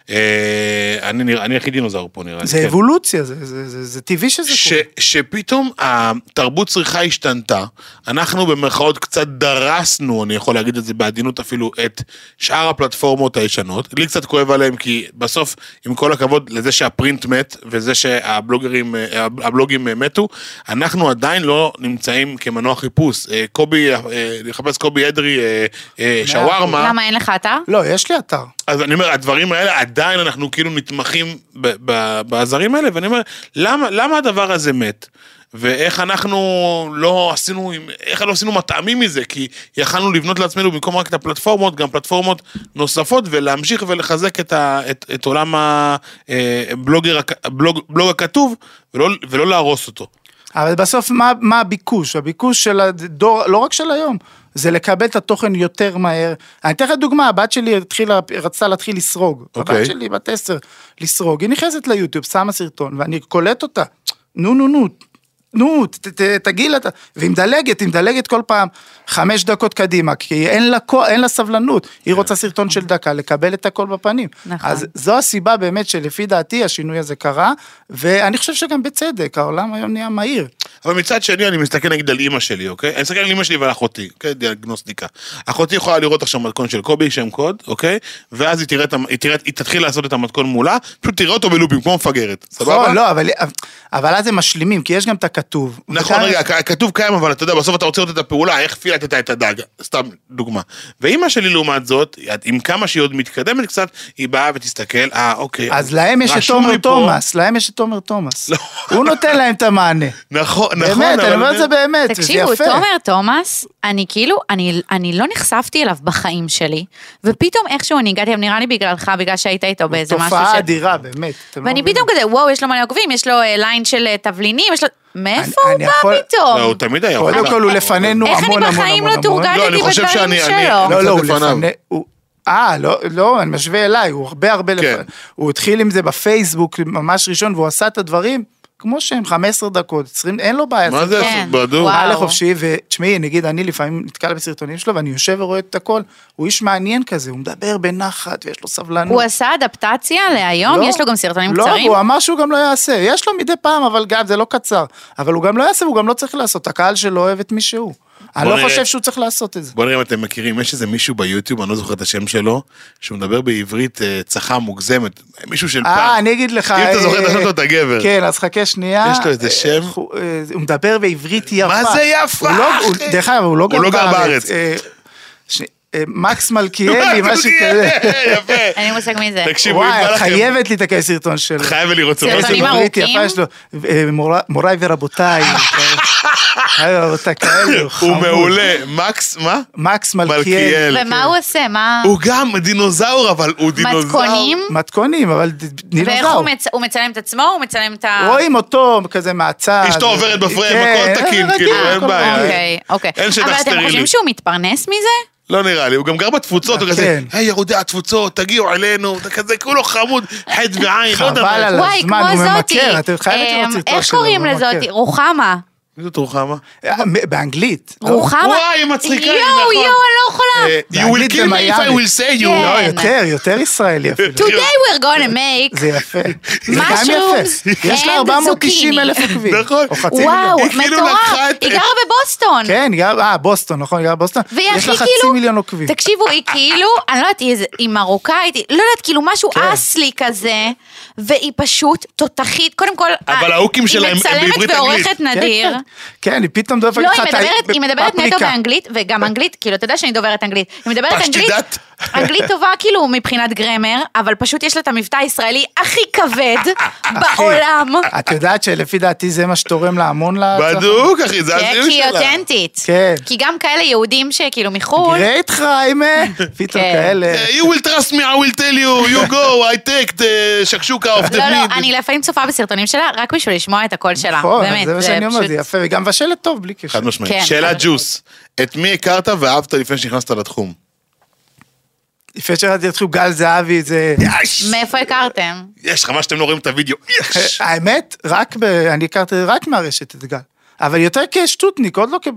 אה, אני נראה, אני הכי דינוזאור פה נראה לי. זה כן. אבולוציה, זה- זה זה- זה טבעי שזה ש, קורה. שפתאום התרבות צריכה השתנתה, אנחנו במרכאות קצת דרסנו, אני יכול להגיד את זה בעדינות אפילו, את שאר הפלטפורמות הישנות, לי קצת כואב עליהם, כי בסוף, עם כל הכבוד לזה שהפרינט מת, וזה שהבלוגרים, הבלוגים מתו, אנחנו עדיין לא נמצאים כמנוע חיפוש, אה, קובי, אה, לחפש קובי אדרי, אה, אה, שווארמה, למה אין לך אתר? לא, יש לי אתר. אז אני אומר, הדברים האלה, עדיין אנחנו כאילו נתמכים ב- ב- בעזרים האלה, ואני אומר, למה, למה הדבר הזה מת? ואיך אנחנו לא עשינו, איך לא עשינו מטעמים מזה, כי יכלנו לבנות לעצמנו במקום רק את הפלטפורמות, גם פלטפורמות נוספות, ולהמשיך ולחזק את, ה, את, את עולם הבלוגר, הבלוג, בלוג הכתוב, ולא, ולא להרוס אותו. אבל בסוף מה, מה הביקוש? הביקוש של הדור, לא רק של היום, זה לקבל את התוכן יותר מהר. אני אתן לך דוגמה, הבת שלי התחילה, רצתה להתחיל לסרוג. אוקיי. הבת שלי, בת עשר, לסרוג. היא נכנסת ליוטיוב, שמה סרטון, ואני קולט אותה. נו, נו, נו, נו, ת- ת- תגיל אתה. והיא מדלגת, היא מדלגת כל פעם חמש דקות קדימה, כי אין לה, כוח- אין לה סבלנות. היא רוצה סרטון של דקה, לקבל את הכל בפנים. נכון. אז זו הסיבה באמת שלפי דעתי השינוי הזה קרה, ואני חושב שגם בצדק, העולם היום נהיה מהיר. אבל מצד שני, אני מסתכל נגיד על אמא שלי, אוקיי? אני מסתכל על אמא שלי ועל אחותי, אוקיי? דיאגנוסטיקה. אחותי יכולה לראות עכשיו מתכון של קובי, שם קוד, אוקיי? ואז היא תראה, את המ- היא תראה, היא תתחיל לעשות את המתכון מולה, פשוט תראה אותו בלופים, כמו מפגרת, סבבה? נכון, לא, אבל, אבל אז הם משלימים, כי יש גם את הכתוב. נכון, וגם- רגע, כ- כתוב קיים, אבל אתה יודע, בסוף אתה רוצה לראות את הפעולה, איך פילטת את הדג, סתם דוגמה. ואמא שלי לעומת זאת, עם כמה שהיא עוד מתקדמת קצת, היא באה ותסתכל, אה, אוקיי. אז להם יש את רשום תומר לי פה- תומאס, להם יש את תומר תומאס. לא. הוא נותן להם את המענה. נכון, נכון, באמת, אני אבל- אומר את זה באמת, וזה תקשיבו, יפה. תומר תומאס, אני כאילו, אני, אני לא נחשפתי אליו בחיים שלי, ופתאום איכשהו אני הגעתי, נראה לי בגללך, בגלל שהיית איתו באיזה משהו תופעה ש... אדירה, באמת. אתם לא ואני מבינים. פתאום כזה, וואו, יש לו מלא עוקבים, יש לו אה, ליין של אה, תבלינים, יש לו... מאיפה אני- הוא אני בא יכול- פתאום? לא, הוא תמיד היה. קודם אוכל. כל הוא לפנינו איך המון אני המון בחיים המון לא המון. תורגלתי לא, אני חושב בדברים שאני- שלו? אני- לא, לא, הוא קצת לפניו. לפני... הוא- אה, לא, לא, אני משווה אליי, הוא הרבה הרבה כן. לפני. הוא התחיל עם זה בפייסבוק ממש ראשון, והוא עשה את הדברים כמו שהם, חמש עשרה דקות, עשרים, אין לו בעיה. מה זה? כן. בדוק. וואו. מעלה חופשי, ותשמעי, נגיד, אני לפעמים נתקל בסרטונים שלו, ואני יושב ורואה את הכל, הוא איש מעניין כזה, הוא מדבר בנחת, ויש לו סבלנות. הוא עשה אדפטציה להיום? לא, יש לו גם סרטונים לא, קצרים? הוא אמר שהוא גם לא יעשה, יש לו מדי פעם, אבל גם זה לא קצר, אבל הוא גם לא יעשה, הוא גם לא צריך לעשות, הקהל שלו אוהב את מי שהוא. אני לא חושב שהוא צריך לעשות את זה. בוא נראה אם אתם מכירים, יש איזה מישהו ביוטיוב, אני לא זוכר את השם שלו, שהוא מדבר בעברית צחה מוגזמת, מישהו של פעם. אה, אני אגיד לך... אם אתה זוכר את השם שלו, אתה גבר. כן, אז חכה שנייה. יש לו איזה שם. הוא מדבר בעברית יפה. מה זה יפה? דרך אגב, הוא לא גר בארץ. מקס מלכיאלי, משהו כזה. יפה. אני מושג מי זה. תקשיבו, וואי, את חייבת להתעקש סרטון שלו. חייבת לראות סרטון. סרטונים ארוכים. מוריי ורבותיי. רבותיי כאלו. הוא מעולה. מקס, מה? מקס מלכיאלי. ומה הוא עושה? מה... הוא גם דינוזאור, אבל הוא דינוזאור. מתכונים? מתכונים, אבל דינוזאור. ואיך הוא מצלם את עצמו? הוא מצלם את ה... רואים אותו כזה מהצד. אשתו עוברת בפריים, הכל תקין, כאילו, אין בעיה. אוקיי, אוקיי. אין שטח אבל אתם סטרילי. חושבים שהוא מתפרנס מזה? לא נראה לי, הוא גם גר בתפוצות, הוא כזה, היי יהודי התפוצות, תגיעו אלינו, אתה כזה כולו חמוד, חד ועין, לא יודע. חבל על וואי, הזמן, כמו הוא זאתי. ממכר, אתם חייבת לראות סרטון שלו. איך קוראים הוא ממכר. לזאתי? רוחמה. מי זאת רוחמה? באנגלית. רוחמה? וואי, היא מצחיקה, היא יואו, נכון. יואו, אני לא יכולה. You will באנגלית kill me if I במיאמי. will say you. לא, כן. יותר, יותר ישראלי אפילו. Today we're gonna make זה יפה. זה גם mushrooms יפה. יש לה and ארבע מאות תשעים אלף zucchini. עוקבים. נכון. או חצי וואו, מיליון. היא כאילו מטורף. לקחה את- היא גרה בבוסטון. כן, היא גרה, אה, בוסטון, נכון, היא גרה בבוסטון. והיא יש הכי לה חצי כאילו, מיליון עוקבים. תקשיבו, היא כאילו, אני לא יודעת, היא איזה- היא מרוקאית, היא- לא יודעת, כאילו משהו כן. אסלי כזה, והיא פשוט תותחית, קודם כל, אבל אה, ההוקים שלה הם- הם היא בעברית מצלמת ועורכת אנגלית. נדיר. כן, כן. כן, היא פתאום דופקת לא, לך היא את ה- מדברת, היא מדברת נטו פפריקה. באנגלית, וגם אנגלית, כאילו, אתה יודע שאני דוברת אנגלית. היא מדברת אנגלית, פשטידת. אנגלית טובה כאילו מבחינת גרמר, אבל פשוט יש לה את המבטא הישראלי הכי כבד בעולם. את יודעת שלפי דעתי זה מה שתורם לה המון להצלחה? בדוק, אחי, זה כן, הזיהוי כי היא שלה. אותנטית. כן. כי גם כאלה יהודים שכאילו מחו"ל, גרייט חיימה, פתאום כן. כאלה. Uh, You will trust me, I will tell you, you go, I take the שקשוקה of the לא, לא, meat. אני לפעמים צופה בסרטונים שלה, רק בשביל לשמוע את הקול שלה. נכון, באמת, זה מה שאני אומר, פשוט- זה יפה, וגם מבשלת טוב, בלי קשר. חד משמעית. כן. שאלה ג'וס, את מי הכרת ואהבת לפני שנכנסת לתחום? לפני שראיתי אתכם גל זהבי, זה... יש! מאיפה הכרתם? יש, חבל שאתם לא רואים את הוידאו. יש! האמת, רק ב... אני הכרתי רק מהרשת את גל. אבל יותר כשטוטניק, עוד לא כב...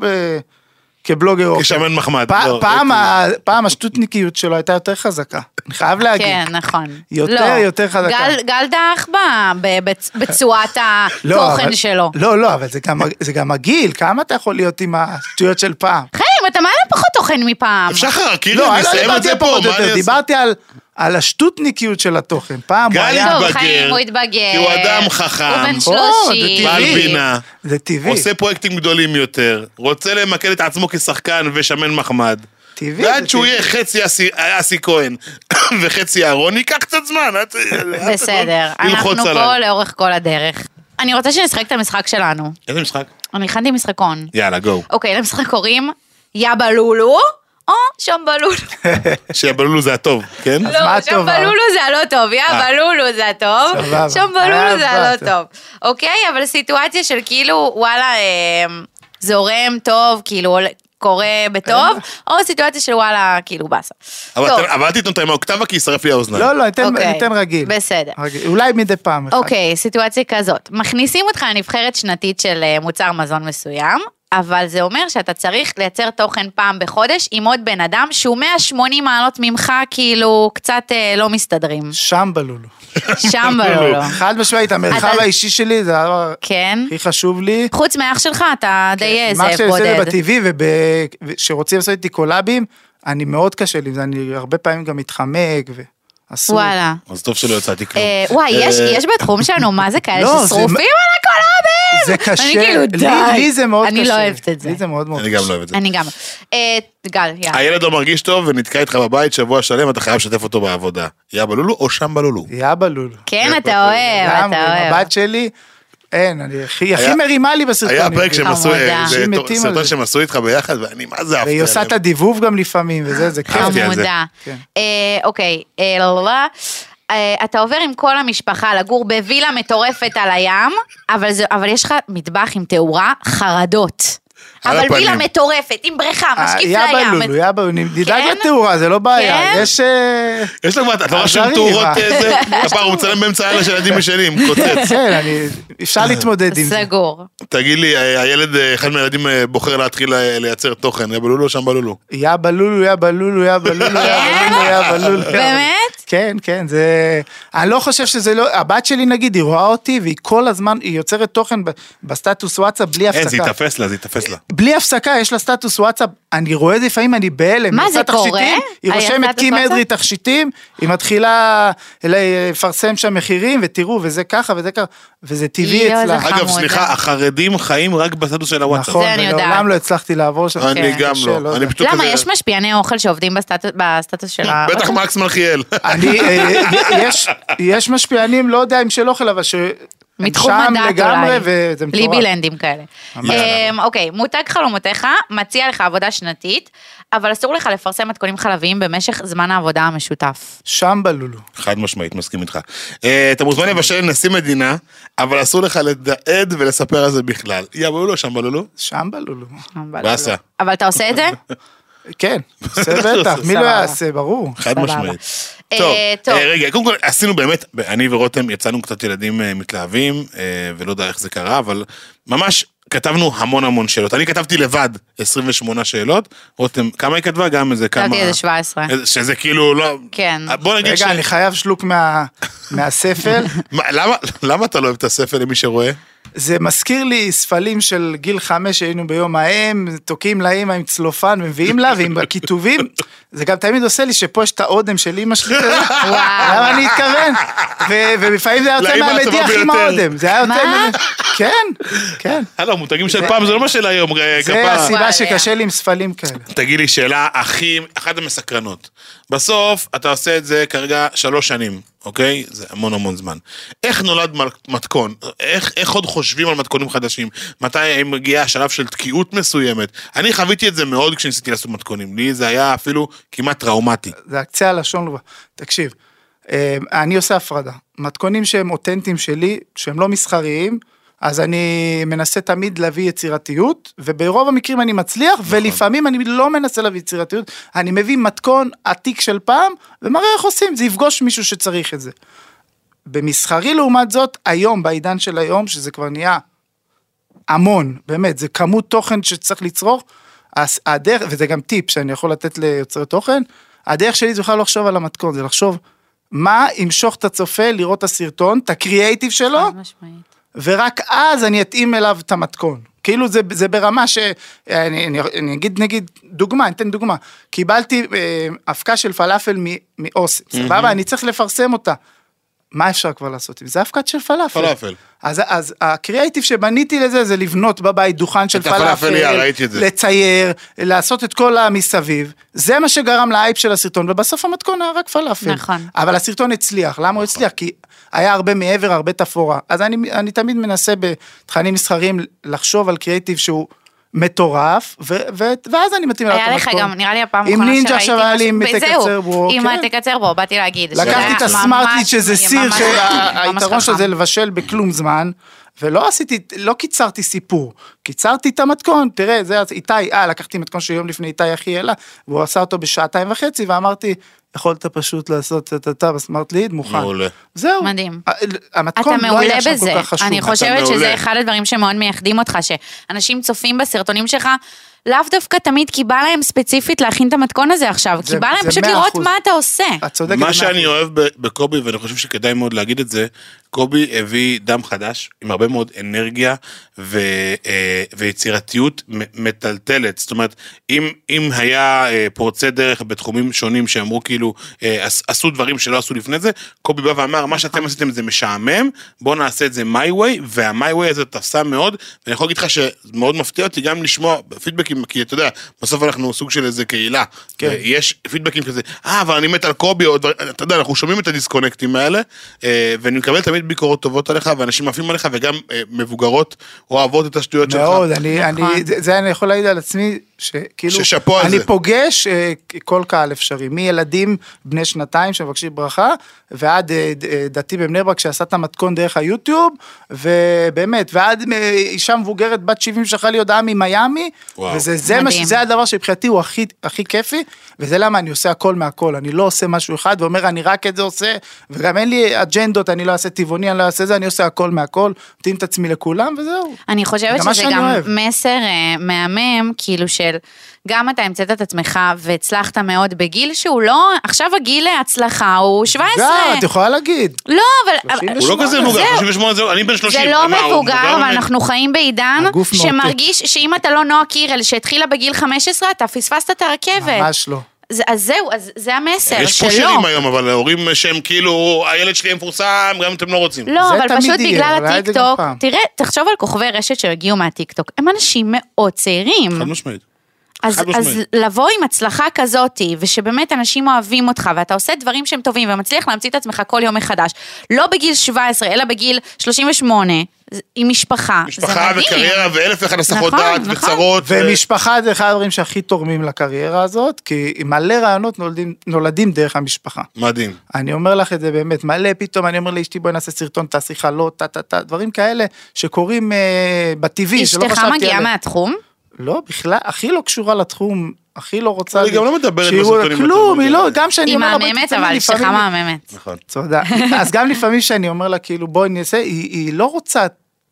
כבלוגר אוכל. כשמן מחמד. פ- לא, פעם, אוקיי. ה... פעם השטוטניקיות שלו הייתה יותר חזקה. אני חייב להגיד. כן, נכון. יותר, לא. יותר חזקה. גל, גל דח בה ב- בצ- בצורת לא, התוכן אבל- שלו. לא, לא, אבל זה גם, זה גם הגיל, כמה אתה יכול להיות עם השטויות של פעם? חיים, אתה מעלה פחות תוכן מפעם. שחר, קירי, לא, אני אני לא אסיים את דיברתי זה על פה, פחות או מה אני יותר, אעשה? דיברתי על, על השטוטניקיות של התוכן. פעם הוא גל היה... טוב, התבגר, חיים, הוא התבגר. כי הוא אדם חכם. הוא בן נכון, שלושים. זה בעל טבעי. בינה. זה טבעי. עושה פרויקטים גדולים יותר, רוצה למקד את עצמו כשחקן ושמן מחמד. טבעי, ועד זה שהוא טבעי. יהיה חצי אסי- אסי כהן וחצי אהרון, ייקח קצת זמן. אל ת- אל בסדר, ת- ללחוץ אנחנו עליי. פה לאורך כל הדרך. אני רוצה שנשחק את המשחק שלנו. איזה משחק? אני הכנתי משחקון. יאללה, גו. אוקיי, למשחק קוראים יאבא לולו, או שמבלולו. שיבלולו זה הטוב, כן? מה לא, הטוב, שמבלולו זה הלא טוב, יאבא לולו זה הטוב, סבבה. שמבלולו זה אהבה, הלא טוב. טוב. אוקיי, אבל סיטואציה של כאילו, וואלה, אה, זורם טוב, כאילו עולה- קורה בטוב, או סיטואציה של וואלה, כאילו באסה. אבל טוב. אתם- אבל אל תיתנו את האוקטבה כי ישרף לי האוזניים. לא, לא, ניתן, אוקיי, ניתן רגיל. בסדר. רגיל. אולי מדי פעם אחת. אוקיי, סיטואציה כזאת. מכניסים אותך לנבחרת שנתית של אה, מוצר מזון מסוים, אבל זה אומר שאתה צריך לייצר תוכן פעם בחודש עם עוד בן אדם שהוא מאה ושמונים מעלות ממך, כאילו קצת אה, לא מסתדרים. שם בלולו. שם בלולו. חד משמעית, המרחב אתה- האישי שלי זה הדבר כן. הכי חשוב לי. חוץ מאח שלך, אתה די מה זאב שאני עושה לי בודד. בטבעי, וכשרוצים לעשות איתי קולאבים, אני מאוד קשה לי, אני הרבה פעמים גם מתחמק, ואסור. וואלה. אז טוב שלא יצאתי כלום. אה, וואי, יש- יש בתחום שלנו, מה זה כאלה לא, זה- ששרופים על הקולאבים? זה קשה, אני כאילו, לי- די. לי זה מאוד קשה. אני לא אוהבת את זה. לי זה מאוד מאוד אני קשה. גם לא אוהב את זה. אני גם. אה, גל, יאללה. הילד לא מרגיש טוב ונתקע איתך בבית שבוע שלם, אתה חייב לשתף אותו בעבודה. יא בלולו או שם בלולו? יא בלולו. כן, אתה אוהב, לגמרי, אתה עם אוהב. הבת שלי, אין, אני הכי הכי היה- מרימה לי בסרטונים. היה פרק שהם עשו, חמודה. זה אנשים מתים על סרטון זה. שהם עשו איתך ביחד, ואני מה זה אהבתי והיא עושה עליהם. את הדיבוב גם לפעמים, וזה, זה כיף. אהבתי על זה. חמודה. כן. אה, אוקיי, אה, לא, לא, לא. אה, אתה עובר עם כל המשפחה לגור בווילה מטורפת על הים, אבל זה- אבל יש לך מטבח עם תאורה, חרדות. על אבל הפנים. וילה מטורפת, עם בריכה, משקיף יא לים. בלולו, יא בלולו, נדאג כן? לתאורה, זה לא בעיה. כן? יש... אה, יש לך מה, אתה לא רשום עזרי, תאורות מה? איזה, הפעם הוא מצלם באמצע הלילה של ילדים ישנים, קוצץ. כן, אני... אפשר להתמודד עם זה. סגור. תגיד לי, הילד, אחד מהילדים בוחר להתחיל לייצר תוכן, יא בלולו או שם בלולו? יא בלולו, יא בלולו, יא בלולו, יא כן? בלולו, יא בלולו. באמת? כן, כן, זה... אני לא חושב שזה לא... הבת שלי נגיד, היא רואה אותי, והיא כל הזמן, היא יוצרת תוכן בסטטוס וואטסאפ בלי הפסקה. אין, זה יתאפס לה, זה יתאפס לה. בלי הפסקה, יש לה סטטוס וואטסאפ, אני רואה את זה לפעמים, אני בהלם. מה, זה קורה? היא רושמת קים אדרי תכשיטים, היא מתחילה לפרסם שם מחירים, ותראו, וזה ככה וזה ככה, וזה טבעי אצלה. אגב, סליחה, החרדים חיים רק בסטטוס של הוואטסאפ. נכון, ולעולם לא הצלחתי לעבור שם. אני גם לא. למה, יש משפיעני אוכל שעובדים בסטטוס של ה... בטח מקס מלכיאל. יש משפיענים, לא יודע אם של אוכל, אבל ש... מתחום הדת אולי, ליבילנדים כאלה. אוקיי, מותג חלומותיך מציע לך עבודה שנתית, אבל אסור לך לפרסם מתכונים חלביים במשך זמן העבודה המשותף. שם בלולו. חד משמעית, מסכים איתך. אתה מוזמן לבשל נשיא מדינה, אבל אסור לך לדעד ולספר על זה בכלל. יא בלולו, שם בלולו? שם בלולו. בעשה. אבל אתה עושה את זה? כן, עושה בטח, מי לא יעשה, ברור. חד משמעית. טוב, רגע, קודם כל עשינו באמת, אני ורותם יצאנו קצת ילדים מתלהבים, ולא יודע איך זה קרה, אבל ממש כתבנו המון המון שאלות. אני כתבתי לבד עשרים ושמונה שאלות, רותם, כמה היא כתבה? גם איזה כמה... כתבתי איזה שבע עשרה. שזה כאילו לא... כן. בוא נגיד ש... רגע, אני חייב שלוק מהספל. למה אתה לא אוהב את הספל למי שרואה? זה מזכיר לי ספלים של גיל חמש שהיינו ביום ההם, תוקעים לאמא עם צלופן ומביאים לה, ועם הכיתובים, זה גם תמיד עושה לי שפה יש את האודם של אמא שלי כזה, למה אני אתכוון? ולפעמים זה היה יוצא מהמדיח עם האודם, זה היה יוצא... כן, כן. הלו, מותגים של פעם, זה לא מה של היום, זה הסיבה שקשה לי עם ספלים כאלה. תגיד לי, שאלה הכי, אחת המסקרנות. בסוף, אתה עושה את זה כרגע שלוש שנים, אוקיי? זה המון המון זמן. איך נולד מתכון? איך, איך עוד חושבים על מתכונים חדשים? מתי מגיע השלב של תקיעות מסוימת? אני חוויתי את זה מאוד כשניסיתי לעשות מתכונים. לי זה היה אפילו כמעט טראומטי. זה הקצה הלשון, תקשיב, אני עושה הפרדה. מתכונים שהם אותנטיים שלי, שהם לא מסחריים, אז אני מנסה תמיד להביא יצירתיות, וברוב המקרים אני מצליח, נכון. ולפעמים אני לא מנסה להביא יצירתיות, אני מביא מתכון עתיק של פעם, ומראה איך עושים, זה יפגוש מישהו שצריך את זה. במסחרי לעומת זאת, היום, בעידן של היום, שזה כבר נהיה המון, באמת, זה כמות תוכן שצריך לצרוך, הדרך, וזה גם טיפ שאני יכול לתת ליוצרי תוכן, הדרך שלי זה בכלל לא לחשוב על המתכון, זה לחשוב מה ימשוך את הצופה, לראות את הסרטון, את הקריאייטיב שלו, ורק אז אני אתאים אליו את המתכון. כאילו זה, זה ברמה ש... אני, אני, אני אגיד, נגיד, דוגמה, אני אתן דוגמה. קיבלתי אה, הפקה של פלאפל מאוסם, סבבה? Mm-hmm. אני צריך לפרסם אותה. מה אפשר כבר לעשות? זה הפקת של פלאפל. פלאפל. אז, אז הקריאייטיב שבניתי לזה, זה לבנות בבית דוכן של פלאפל, הפלאפל, לצייר, לעשות את כל המסביב. זה מה שגרם לאייפ של הסרטון, ובסוף המתכון היה רק פלאפל. נכון. אבל הסרטון הצליח. למה הוא הצליח? כי היה הרבה מעבר, הרבה תפורה. אז אני, אני תמיד מנסה בתכנים מסחריים לחשוב על קריאייטיב שהוא מטורף, ו- ו- ואז אני מתאים היה לך גם, נראה לי הפעם האחרונה שראיתי משהו. עם נינג'ה שווה לי, עם תקצר בו. עם תקצר בו, באתי להגיד. לקחתי את הסמארטליט שזה סיר, שהיתרון של זה לבשל בכלום זמן, ולא עשיתי, לא קיצרתי סיפור, קיצרתי את המתכון, תראה, זה איתי, אה, לקחתי מתכון שיום לפני איתי אחי אלה, והוא עשה אותו בשעתיים וחצי, ואמרתי, יכולת פשוט לעשות את אתה בסמארטליט, מוכן. מעולה. זהו. מדהים. המתכון לא היה שם כל כך חשוב. אני חושבת שזה אחד הדברים שמאוד מייחדים אותך, שאנשים צופים בסרטונים שלך, לאו דווקא תמיד כי בא להם ספציפית להכין את המתכון הזה עכשיו, כי בא להם פשוט לראות מה אתה עושה. מה שאני אוהב בקובי, ואני חושב שכדאי מאוד להגיד את זה, קובי הביא דם חדש, עם הרבה מאוד אנרגיה ויצירתיות מטלטלת. זאת אומרת, אם היה פורצי דרך בתחומים שונים שאמרו כאילו, עשו דברים שלא עשו לפני זה, קובי בא ואמר, מה שאתם עשיתם זה משעמם, בואו נעשה את זה my way, וה-my way הזה תפסה מאוד, ואני יכול להגיד לך שמאוד מפתיע אותי גם לשמוע פידבקים, כי אתה יודע, בסוף אנחנו סוג של איזה קהילה, יש פידבקים כזה, אה, אבל אני מת על קובי, אתה יודע, אנחנו שומעים את הדיסקונקטים האלה, ואני מקבל תמיד ביקורות טובות עליך, ואנשים מעפים עליך, וגם מבוגרות אוהבות את השטויות שלך. מאוד, זה אני יכול להגיד על עצמי, שכאילו, אני פוגש כל קהל אפשרי, מילדים בני שנתיים שמבקשים ברכה, ועד דתי בבני ברק שעשה את המתכון דרך היוטיוב, ובאמת, ועד אישה מבוגרת בת שבעים שלחה לי הודעה ממיימי, וזה וזה זה, מה, זה הדבר שבחינתי הוא הכי, הכי כיפי, וזה למה אני עושה הכל מהכל, אני לא עושה משהו אחד, ואומר אני רק את זה עושה, וגם אין לי אג'נדות, אני לא אעשה טבעוני, אני לא אעשה זה, אני עושה הכל מהכל, מתאים את עצמי לכולם, וזהו. אני חושבת שזה גם אוהב. מסר uh, מהמם, כאילו של, גם אתה המצאת את עצמך, והצלחת מאוד בגיל שהוא לא, עכשיו הגיל להצלחה הוא שבע עשרה. גם, את יכולה להגיד. לא, אבל... הוא לא כזה מבוגר, שלושים ושמונה זה, אני בן שלושים. זה לא מבוגר, אבל אנחנו חיים בעידן, שמרגיש שאם אתה לא נועה קירל, שהתחילה בגיל חמש עשרה, אתה פספסת את הרכבת. ממש לא. אז זהו, אז זה המסר שלו. יש פה שירים היום, אבל ההורים שהם כאילו, הילד שלי מפורסם, גם אם אתם לא רוצים. לא, אבל פשוט בגלל הטיקטוק, תראה, תחשוב על כוכבי רשת שהגיעו מהטיקטוק, הם אנשים מאוד צעירים. חד משמעית. אז, אז לבוא עם הצלחה כזאת, ושבאמת אנשים אוהבים אותך, ואתה עושה דברים שהם טובים, ומצליח להמציא את עצמך כל יום מחדש, לא בגיל שבע עשרה, אלא בגיל שלושים ושמונה, עם משפחה, משפחה וקריירה, ואלף אחד הסחות נכון, דעת נכון. וצרות. ומשפחה זה אחד הדברים שהכי תורמים לקריירה הזאת, כי מלא רעיונות נולדים, נולדים דרך המשפחה. מדהים. אני אומר לך את זה באמת, מלא פתאום, אני אומר לאשתי בואי נעשה סרטון, תעשי חלות, טה טה טה, דברים כאלה שקורים אה, בטבעי, שלא חשבתי עליהם. אשתך מגיעה מהתחום? לא, בכלל, הכי לא קשורה לתחום, הכי לא רוצה... היא גם לא מדברת בסרטונים. כלום, היא לא, גם שאני היא אומר לה... מהממת, אבל אשתך מהממת. נכון. תודה. אז גם לפעמים שאני אומר לה, כאילו, בואי נעשה, היא לא רוצה...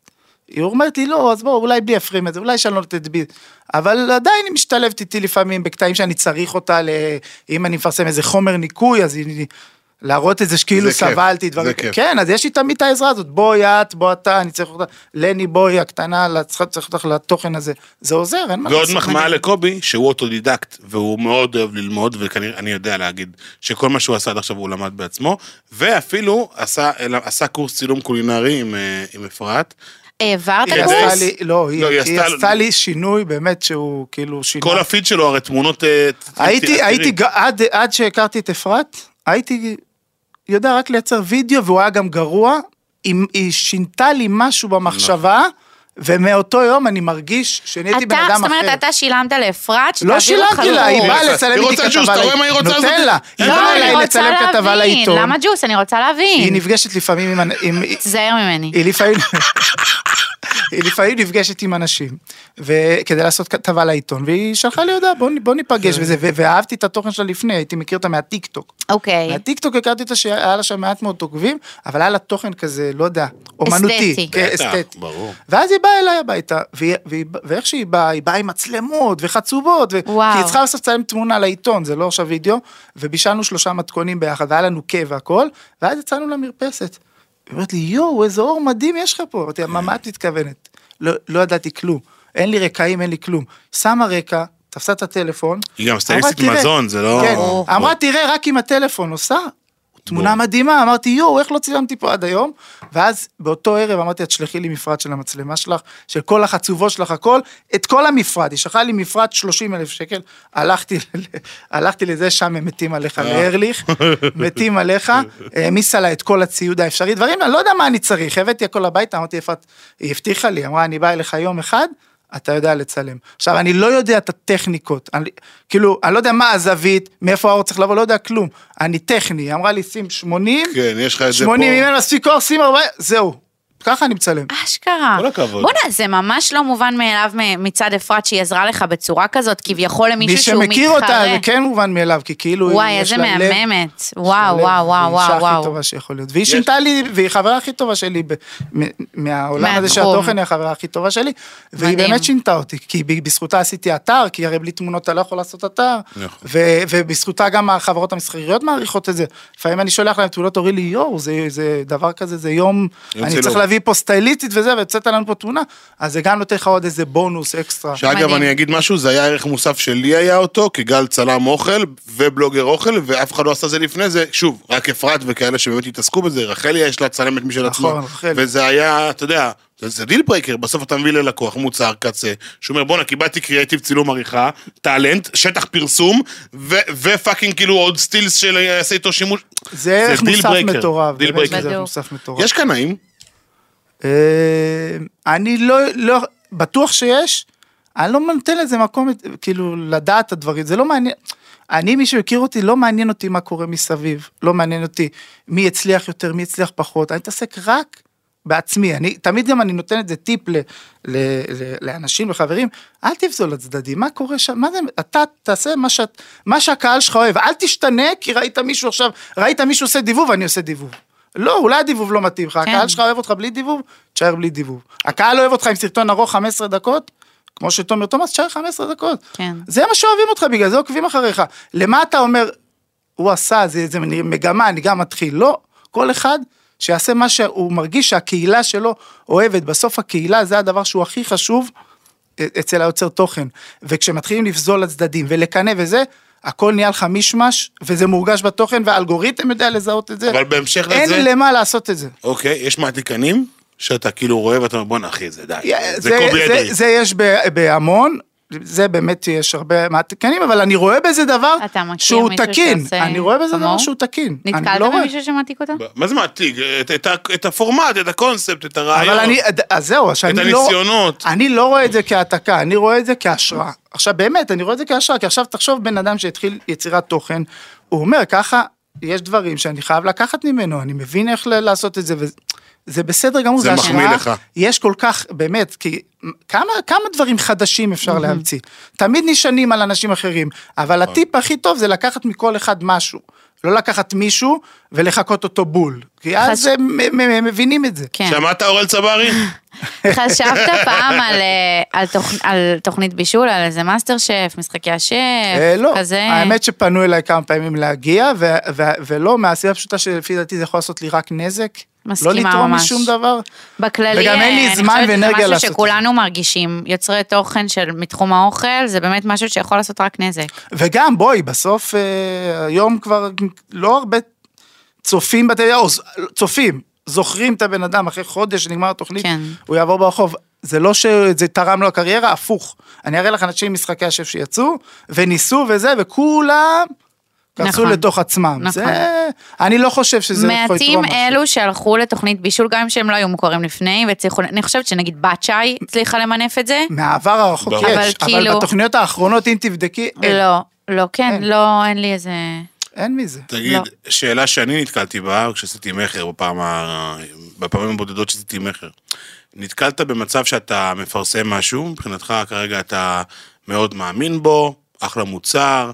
היא אומרת לי, לא, אז בואו, אולי בלי אפרים את זה, אולי שאני לא תדבי. אבל עדיין היא משתלבת איתי לפעמים, בקטעים שאני צריך אותה, אם אני מפרסם איזה חומר ניקוי, אז היא... להראות את זה שכאילו סבלתי דברים. כן, אז יש לי תמיד את העזרה הזאת, בואי את, בוא אתה, אני צריך אותה, לני בואי הקטנה, צריך אותך לתוכן הזה. זה עוזר, אין מה. ועוד מחמאה לקובי, שהוא אוטודידקט, והוא מאוד אוהב ללמוד, וכנראה אני יודע להגיד, שכל מה שהוא עשה עד עכשיו הוא למד בעצמו, ואפילו עשה, עשה קורס צילום קולינרי עם, עם אפרת. העברת היא קורס? עשתה לי, לא, היא, לא, היא היא עשתה- עשתה לי שינוי באמת שהוא כאילו שינוי. כל הפיד שלו, הרי תמונות... אה, הייתי, תראי. הייתי, ג- עד, עד שהכרתי את אפרת, הייתי יודע רק לייצר וידאו, והוא היה גם גרוע, היא, היא שינתה לי משהו במחשבה, ומאותו יום אני מרגיש שנהייתי בן אתה, אדם זאת אומרת, אחר. אתה שילמת לאפרת, לא שתעביר לך שילמתי לה, היא קורס. באה היא לצלם רוצה איתי ג'וס, כתבה, אתה רואה מה היא רוצה נותן לעשות? לה, היא לא, באה אני אליי רוצה לצלם כתבה להבין. לעיתון, למה ג'וס? אני רוצה להבין. היא נפגשת לפעמים עם, עם תזהר ממני. היא לפעמים, היא לפעמים נפגשת עם אנשים, וכדי לעשות כתבה לעיתון, והיא שלחה לי הודעה, בוא, בוא ניפגש וזה, ואהבתי את התוכן שלה לפני, הייתי מכיר אותה מהטיקטוק. אוקיי. מהטיקטוק הכרתי אותה שהיה לה שם מעט מאוד עוקבים, אבל היה לה תוכן כזה, לא יודע, אומנותי. אסתטי. כן, בטח, אסתטי. ברור. ואז היא באה אליי הביתה, והיא- והיא- ואיך שהיא באה, היא באה עם מצלמות וחצובות, ו- וואו. כי היא צריכה בסוף לצלם תמונה לעיתון, זה לא עכשיו וידאו, ובישלנו שלושה מתכונים ביחד, והיה לנו קה והכל, ואז יצאנו למרפסת. היא אומרת לי, יואו, איזה אור מדהים יש לך פה. אמרתי, מה את מתכוונת? לא, לא ידעתי כלום. אין לי רקעים, אין לי כלום. שמה רקע, תפסה את הטלפון. היא גם אמרה, סטייליסטית "תראה." מזון, זה לא... כן, בוא. אמרה, תראה, רק עם הטלפון עושה. תמונה בוא. מדהימה, אמרתי, יואו, איך לא צילמתי פה עד היום? ואז באותו ערב אמרתי, את שלחי לי מפרט של המצלמה שלך, של כל החצובות שלך, הכל, את כל המפרט, היא שלחה לי מפרט שלושים אלף שקל, הלכתי, ל- הלכתי לזה, שם הם מתים עליך, לארליך, מתים עליך, העמיסה לה את כל הציוד האפשרי, דברים, אני לא יודע מה אני צריך, הבאתי הכל הביתה, אמרתי, איפה את, היא הבטיחה לי, אמרה, אני באה אליך יום אחד, אתה יודע לצלם. עכשיו, אני לא יודע את הטכניקות, אני, כאילו, אני לא יודע מה הזווית, מאיפה האור צריך לבוא, לא יודע כלום. אני טכני, היא אמרה לי, שים שמונים, כן, יש לך את זה פה. שמונים, אם אין מספיק אור, שים ארבעים, זהו. ככה אני מצלם. אשכרה. כל הכבוד. בוא'נה, זה ממש לא מובן מאליו מצד אפרת שהיא עזרה לך בצורה כזאת, כביכול למישהו מי שהוא מתחרה. שמכיר אותה, זה כן מובן מאליו, כי כאילו, וואי, יש איזה לה לב, מהממת. יש לה וואו, לב, וואו, וואו, והיא האישה וואו. הכי טובה שיכול להיות. והיא שינתה לי, והיא חברה הכי טובה שלי, ב- מ- מהעולם הזה של מהתחום. התוכן, היא החברה הכי טובה שלי, והיא מדהים. באמת שינתה אותי, כי ב- בזכותה עשיתי אתר, כי הרי בלי תמונות אתה לא יכול לעשות אתר, נכון. ו- ובזכותה גם החברות המסחריות מעריכות את זה. לפעמים אני שולח להם תמונות, אומרים לי, יואו, זה- זה דבר כזה, זה יום, יום אני צילום. צריך להביא פה סטייליסטית וזה, והצאת לנו פה תמונה, אז זה גם נותן לך עוד איזה בונוס אקסטרה. שאגב, מדהים. אני אגיד משהו, זה היה ערך מוסף שלי היה אותו, כי גל צלם אוכל ובלוגר אוכל, ואף אחד לא עשה זה לפני זה, שוב, רק אפרת וכאלה שבאמת התעסקו בזה, רחלי יש לה צלמת משל עצמה. נכון, רחלי. וזה היה, אתה יודע, זה, זה דיל ברייקר, בסוף אתה מביא ללקוח מוצר קצה, שאומר, בואנה, קיבלתי קריאטיב צילום עריכה, טאלנט, שטח פרסום, ו- ופאקינג כאילו עוד סטילס של יעשה איתו שימוש. זה ערך דיל מוסף ברייקר, מטורף. דיל באמת ברייקר. זה ערך מוסף מטורף. יש קנאים, אה, אני לא, לא, בטוח שיש, אני לא נותן לזה מקום, כאילו, לדעת את הדברים, זה לא מעניין, אני, מי שהכיר אותי, לא מעניין אותי מה קורה מסביב, לא מעניין אותי מי הצליח יותר, מי הצליח פחות, אני מתעסק רק בעצמי, אני, תמיד גם אני נותן את זה טיפ ל, ל, ל, לאנשים וחברים, אל תפזול לצדדים, מה קורה שם, מה זה, אתה תעשה מה, שאת, מה שהקהל שלך אוהב, אל תשתנה, כי ראית מישהו עכשיו, ראית מישהו עושה דיבוב, אני עושה דיבוב. לא, אולי הדיבוב לא מתאים לך, כן. הקהל שלך אוהב אותך בלי דיבוב, תשאר בלי דיבוב. הקהל אוהב אותך עם סרטון ארוך חמש עשרה דקות, כמו שתומר תומאס, תשאר חמש עשרה דקות. כן. זה מה שאוהבים אותך, בגלל זה עוקבים אחריך. למה אתה אומר, הוא עשה, זה, זה מגמה, אני גם מתחיל. לא, כל אחד שיעשה מה שהוא מרגיש שהקהילה שלו אוהבת. בסוף הקהילה זה הדבר שהוא הכי חשוב אצל היוצר תוכן. וכשמתחילים לפזול לצדדים ולקנה וזה, הכל נהיה לך מישמש, וזה מורגש בתוכן, והאלגוריתם יודע לזהות את זה. אבל בהמשך לזה... אין למה לעשות את זה. אוקיי, יש מעתיקנים שאתה כאילו רואה ואתה אומר, בוא נאחי, זה די. זה, זה קובי אדרי. זה יש בהמון, זה באמת יש הרבה מעתיקנים, אבל אני רואה בזה דבר שהוא תקין. אני רואה בזה דבר שהוא תקין. נתקלת במישהו שמעתיק אותו? מה זה מעתיק? את הפורמט, את הקונספט, את הרעיון. אבל אני, אז זהו, את הניסיונות. אני לא רואה את זה כהעתקה, אני רואה את זה כהשראה. עכשיו באמת, אני רואה את זה כהשראה, כי עכשיו תחשוב בן אדם שהתחיל יצירת תוכן, הוא אומר ככה, יש דברים שאני חייב לקחת ממנו, אני מבין איך לעשות את זה, וזה בסדר גמור, זה מחמיא לך. יש כל כך, באמת, כי כמה, כמה דברים חדשים אפשר להמציא. תמיד נשענים על אנשים אחרים, אבל הטיפ הכי טוב זה לקחת מכל אחד משהו. לא לקחת מישהו ולחכות אותו בול. כי אז הם מבינים את זה. שמעת אורל צברי? חשבת פעם על תוכנית בישול, על איזה מאסטר שף, משחקי השף, כזה? לא, האמת שפנו אליי כמה פעמים להגיע, ולא, מהסיבה פשוטה שלפי דעתי זה יכול לעשות לי רק נזק. לא לתרום משום דבר. בכללי, וגם אין לי זמן ואנרגיה לעשות. זה משהו שכולנו מרגישים, יוצרי תוכן של מתחום האוכל, זה באמת משהו שיכול לעשות רק נזק. וגם בואי, בסוף היום כבר לא הרבה צופים בטלוויזיה, צופים, זוכרים את הבן אדם אחרי חודש שנגמר התוכנית, הוא יעבור ברחוב. זה לא שזה תרם לו הקריירה, הפוך. אני אראה לך אנשים משחקי השף שיצאו, וניסו וזה, וכולם קרצו לתוך עצמם. אני לא חושב שזה יכול לתרום משהו. מעטים אלו שהלכו לתוכנית בישול, גם אם שהם לא היו מוכרים לפני, אני חושבת שנגיד בת שי הצליחה למנף את זה. מהעבר הרחוק יש, אבל בתוכניות האחרונות, אם תבדקי, אין. לא, לא, כן, לא, אין לי איזה... אין מזה. תגיד, שאלה שאני נתקלתי בה, כשעשיתי מחר, בפעמים הבודדות שעשיתי מחר, נתקלת במצב שאתה מפרסם משהו, מבחינתך כרגע אתה מאוד מאמין בו, אחלה מוצר,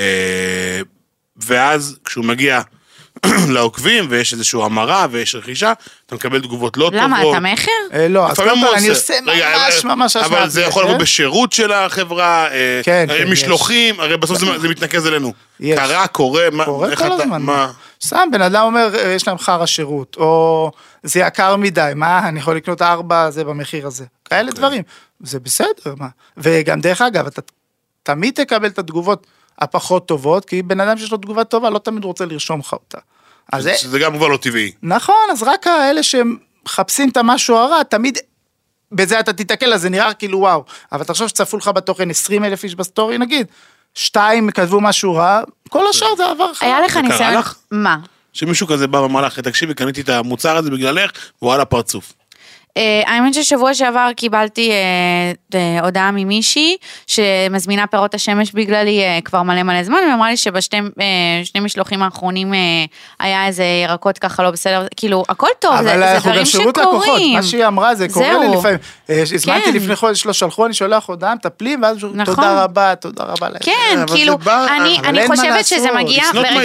ואז כשהוא מגיע לעוקבים, ויש איזושהי המרה, ויש רכישה, אתה מקבל תגובות לא טובות. למה, אתה מחר? לא, אז קודם כל אני עושה ממש ממש השמעת. אבל זה יכול לבוא בשירות של החברה, משלוחים, הרי בסוף זה מתנקז אלינו. קרה, קורה, קורה כל הזמן. סתם, בן אדם אומר, יש להם חר השירות, או זה יקר מדי, מה, אני יכול לקנות ארבע, זה במחיר הזה. כאלה דברים. זה בסדר, מה. וגם דרך אגב, אתה תמיד תקבל את התגובות הפחות טובות, כי בן אדם שיש לו תגובה טובה, לא תמיד רוצה לרשום לך אותה. זה גם כבר לא טבעי. נכון, אז רק האלה שמחפשים את המשהו הרע, תמיד בזה אתה תתקל, אז זה נראה כאילו וואו, אבל תחשוב שצפו לך בתוכן עשרים אלף איש בסטורי, נגיד, שתיים כתבו משהו רע, כל השאר זה עבר לך. היה לך ניסיון, מה? שמישהו כזה בא ואמר לך, תקשיבי, קניתי את המוצר הזה בגללך, והוא על הפרצוף. האמת ששבוע שעבר קיבלתי הודעה ממישהי שמזמינה פירות השמש בגללי כבר מלא מלא זמן, ואמרה לי שבשני משלוחים האחרונים היה איזה ירקות ככה לא בסדר, כאילו הכל טוב, זה דברים שקורים. מה שהיא אמרה זה קורה לי לפעמים, הזמנתי לפני חודש לא שלחו, אני שולח הודעה, מטפלים, ואז תודה רבה, תודה רבה. כן, כאילו, אני חושבת שזה מגיע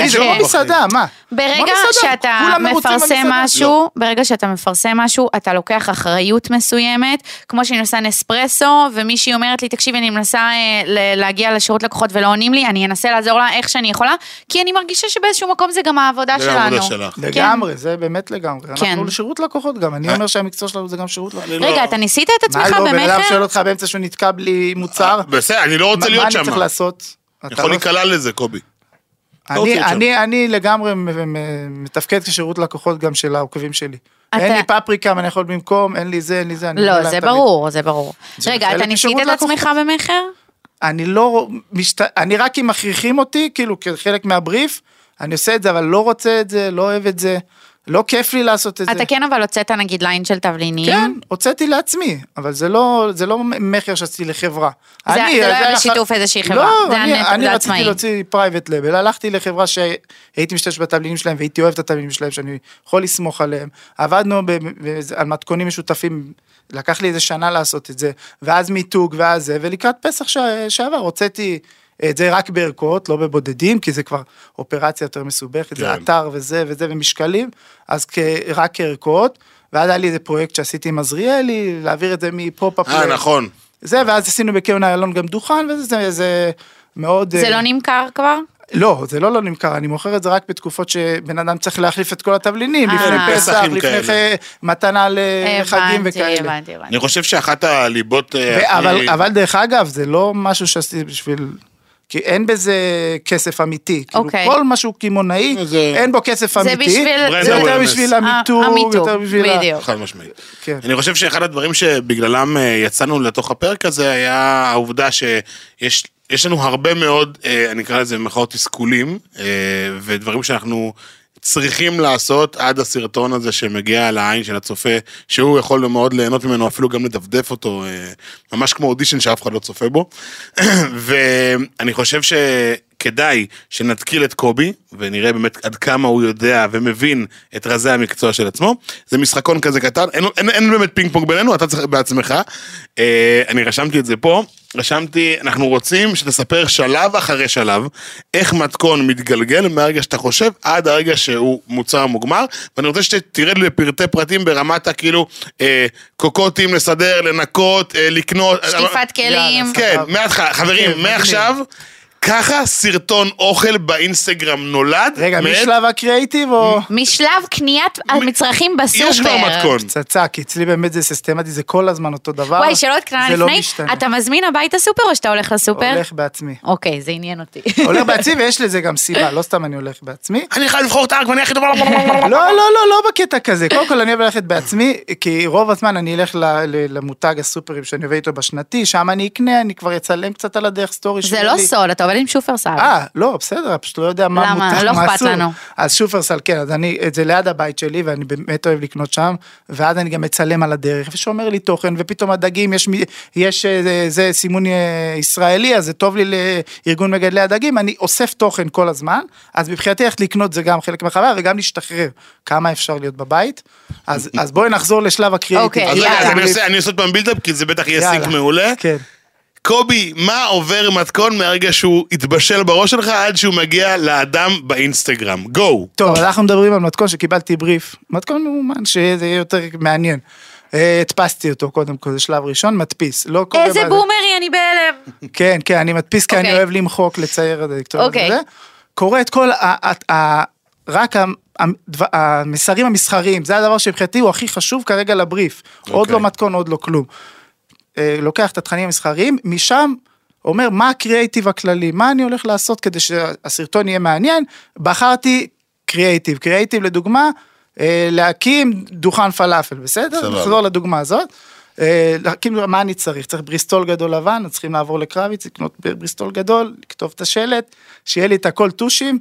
ברגע שאתה מפרסם משהו, ברגע שאתה מפרסם משהו, אתה לוקח אחריות מסוימת, כמו שאני עושה נספרסו, ומישהי אומרת לי, תקשיבי, אני מנסה להגיע לשירות לקוחות ולא עונים לי, אני אנסה לעזור לה איך שאני יכולה, כי אני מרגישה שבאיזשהו מקום זה גם העבודה שלנו. לגמרי, זה באמת לגמרי. אנחנו לשירות לקוחות גם, אני אומר שהמקצוע שלנו זה גם שירות לקוחות. רגע, אתה ניסית את עצמך במחר? בן אדם שואל אותך באמצע שהוא נתקע בלי מוצר. בסדר, אני לא רוצה להיות שם. מה אני צריך לעשות? יכול להיקלל לזה, קובי. אני לגמרי מתפקד כשירות לקוחות גם של העוקבים שלי. אין לי פפריקה, אני יכול במקום, אין לי זה, אין לי זה. לא, זה ברור, זה ברור. רגע, אתה ניסית את עצמך במחר? אני לא, אני רק אם מכריחים אותי, כאילו כחלק מהבריף, אני עושה את זה, אבל לא רוצה את זה, לא אוהב את זה. לא כיף לי לעשות את זה. אתה כן אבל הוצאת נגיד ליין של תבלינים. כן, הוצאתי לעצמי, אבל זה לא, זה לא מחר שעשיתי לחברה. זה, אני, זה לא היה היה בשיתוף ח... איזושהי חברה. לא, זה אני, היה אני לעצמאי. רציתי להוציא פרייבט לבל, הלכתי לחברה שהייתי משתמש בתבלינים שלהם, והייתי אוהב את התבלינים שלהם, שאני יכול לסמוך עליהם. עבדנו ב, ב, ב, על מתכונים משותפים, לקח לי איזה שנה לעשות את זה, ואז מיתוג ואז זה, ולקראת פסח ש... שעבר, הוצאתי את זה רק בערכות, לא בבודדים, כי זה כבר אופרציה יותר מסובכת, כן. זה אתר וזה וזה ומשקלים, אז כ... רק כערכות, ואז היה לי איזה פרויקט שעשיתי עם עזריאלי, להעביר את זה מפופ-אפ. אה, נכון. זה, ואז עשינו בקרן איילון גם דוכן, וזה זה, זה מאוד... זה לא נמכר כבר? לא, זה לא לא נמכר, אני מוכר את זה רק בתקופות שבן אדם צריך להחליף את כל התבלינים, אה. לפני פסח, פסחים לפני כאלה. ח- מתנה לחגים הבנתי, וכאלה. הבנתי, הבנתי. אני חושב שאחת הליבות... אה, ו- אבל, הכי- אבל דרך אגב, זה לא משהו שעשיתי בשביל... כי אין בזה כסף אמיתי. כאילו, אוקיי. כל משהו קימונאי, זה- אין בו כסף זה אמיתי. בשביל- זה יותר awareness. בשביל ה- המיתוג, המיתוג, יותר בשביל... ה- בדיוק. חד משמעית. כן. אני חושב שאחד הדברים שבגללם אה, יצאנו לתוך הפרק הזה, היה העובדה שיש יש לנו הרבה מאוד, אה, אני אקרא לזה במחאות תסכולים, אה, ודברים שאנחנו צריכים לעשות עד הסרטון הזה שמגיע לעין של הצופה, שהוא יכול מאוד ליהנות ממנו, אפילו גם לדפדף אותו, אה, ממש כמו אודישן שאף אחד לא צופה בו. ואני חושב שכדאי שנתקיל את קובי, ונראה באמת עד כמה הוא יודע ומבין את רזי המקצוע של עצמו. זה משחקון כזה קטן, אין, אין, אין באמת פינג פונג בינינו, אתה צריך בעצמך. אה, אני רשמתי את זה פה. רשמתי, אנחנו רוצים שתספר שלב אחרי שלב, איך מתכון מתגלגל מהרגע שאתה חושב, עד הרגע שהוא מוצר מוגמר, ואני רוצה שתרד לפרטי פרטים ברמת הכאילו, אה, קוקוטים, לסדר, לנקות, אה, לקנות. שטיפת כלים. כן, מהתחלה, חברים, כן, מעכשיו, ככה סרטון אוכל באינסטגרם נולד. רגע, מאת- משלב הקריאייטיב או... משלב קניית המצרכים בסופר. יש כבר מתכון. פצצה, כי אצלי באמת זה סיסטמטי, זה כל הזמן אותו דבר. וואי, שאלות קטנה זה לא לפני, משתנה. אתה מזמין הביתה סופר או שאתה הולך לסופר? הולך בעצמי. אוקיי, זה עניין אותי. הולך בעצמי ויש לזה גם סיבה, לא סתם אני הולך בעצמי. אני חייב לבחור את העגבנייה הכי טובה. לא, לא, לא, לא בקטע כזה. קודם כל אני אוהב ללכת בעצמי, כי רוב הזמן אני אלך ל- ל- למותג הסופרים שאני עובד איתו בשנתי, שם אני אקנה, אני כבר אצלם קצת על הדרך סטורי זה שלי. לא סוד, אתה עובד עם שופרסל. אה, לא, בסדר, פשוט לא יודע מה למה? מותר, לא מה אכפת אסור. לנו. אז שופרסל, כן, אז אני, את זה ליד הבית שלי, ואני באמת אוהב לקנות שם, ואז אני גם מצלם על הדרך, ושומר לי תוכן, ופתאום הדגים, יש, מי- יש אה, זה, זה סימון אה, ישראלי, אז זה טוב לי לארגון מגדלי הדגים, אני אוסף תוכן כל הזמן, אז מבחינתי איך לקנות זה גם חלק מהחוויה, וגם להשתחרר כמה אפשר להיות בבית, אז, אז בואי נחזור לשלב הקריאייטיב. אוקיי, אז רגע, אז יאללה. אני עושה אני עושה עוד פעם בילדאפ, כי זה בטח יהיה יאללה. סינק מעולה. כן. קובי, מה עובר מתכון מהרגע שהוא התבשל בראש שלך עד שהוא מגיע לאדם באינסטגרם? גו. טוב, אנחנו מדברים על מתכון שקיבלתי בריף, מתכון מאומן שזה יהיה יותר מעניין. אה, הדפסתי אותו קודם כל, זה שלב ראשון, מדפיס. לא קורה איזה בזה. בומרי, אני בהלם. כן, כן, אני מדפיס כי אני אוקיי. אוהב למחוק, לצייר את זה, לכתוב את אוקיי. זה. קורא את כל, ה- ה- ה- רק ה- הדבר- המסרים המסחריים, זה הדבר שמבחינתי הוא הכי חשוב כרגע לבריף. עוד אוקיי. לא מתכון, עוד לא כלום. אה, לוקח את התכנים המסחריים, משם אומר מה הקריאייטיב הכללי, מה אני הולך לעשות כדי שהסרטון יהיה מעניין, בחרתי קריאייטיב, קריאייטיב לדוגמה, אה, להקים דוכן פלאפל, בסדר? סבבה. נחזור לדוגמה הזאת. אה, להקים, מה אני צריך? צריך בריסטול גדול לבן, צריכים לעבור לקרביץ, לקנות בריסטול גדול, לכתוב את השלט, שיהיה לי את הכל טושים,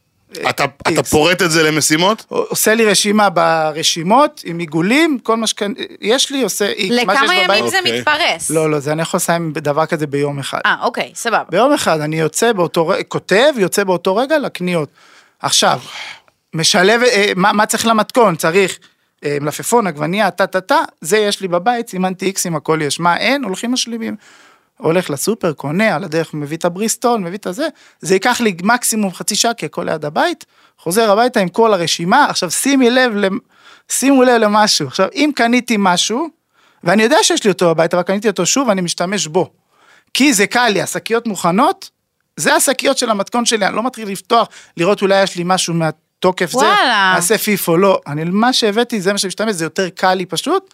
אתה אתה איקס. פורט את זה למשימות? עושה לי רשימה ברשימות, עם עיגולים, כל מה שיש לי, עושה איקס. מה שיש לכמה בבית- ימים זה אוקיי. מתפרס? לא, לא, זה אני יכול לסיים דבר כזה ביום אחד. אה, אוקיי, סבבה. ביום אחד אני יוצא באותו רגע, כותב, יוצא באותו רגע לקניות. עכשיו, משלב, אה, מה, מה צריך למתכון? צריך אה, מלפפון, עגבנייה, טה טה טה, זה יש לי בבית, סימנתי איקסים, הכל יש. מה אין? הולכים משלימים. הולך לסופר, קונה, על הדרך מביא את הבריסטול, מביא את הזה, זה ייקח לי מקסימום חצי שעה, כי הכל ליד הבית, חוזר הביתה עם כל הרשימה, עכשיו שימי לב, שימו לב למשהו, עכשיו אם קניתי משהו, ואני יודע שיש לי אותו בבית, אבל קניתי אותו שוב, אני משתמש בו, כי זה קל לי, השקיות מוכנות, זה השקיות של המתכון שלי, אני לא מתחיל לפתוח, לראות אולי יש לי משהו מהתוקף זה, וואלה. נעשה פיפו, לא, אני, מה שהבאתי, זה מה שמשתמש, זה יותר קל לי פשוט,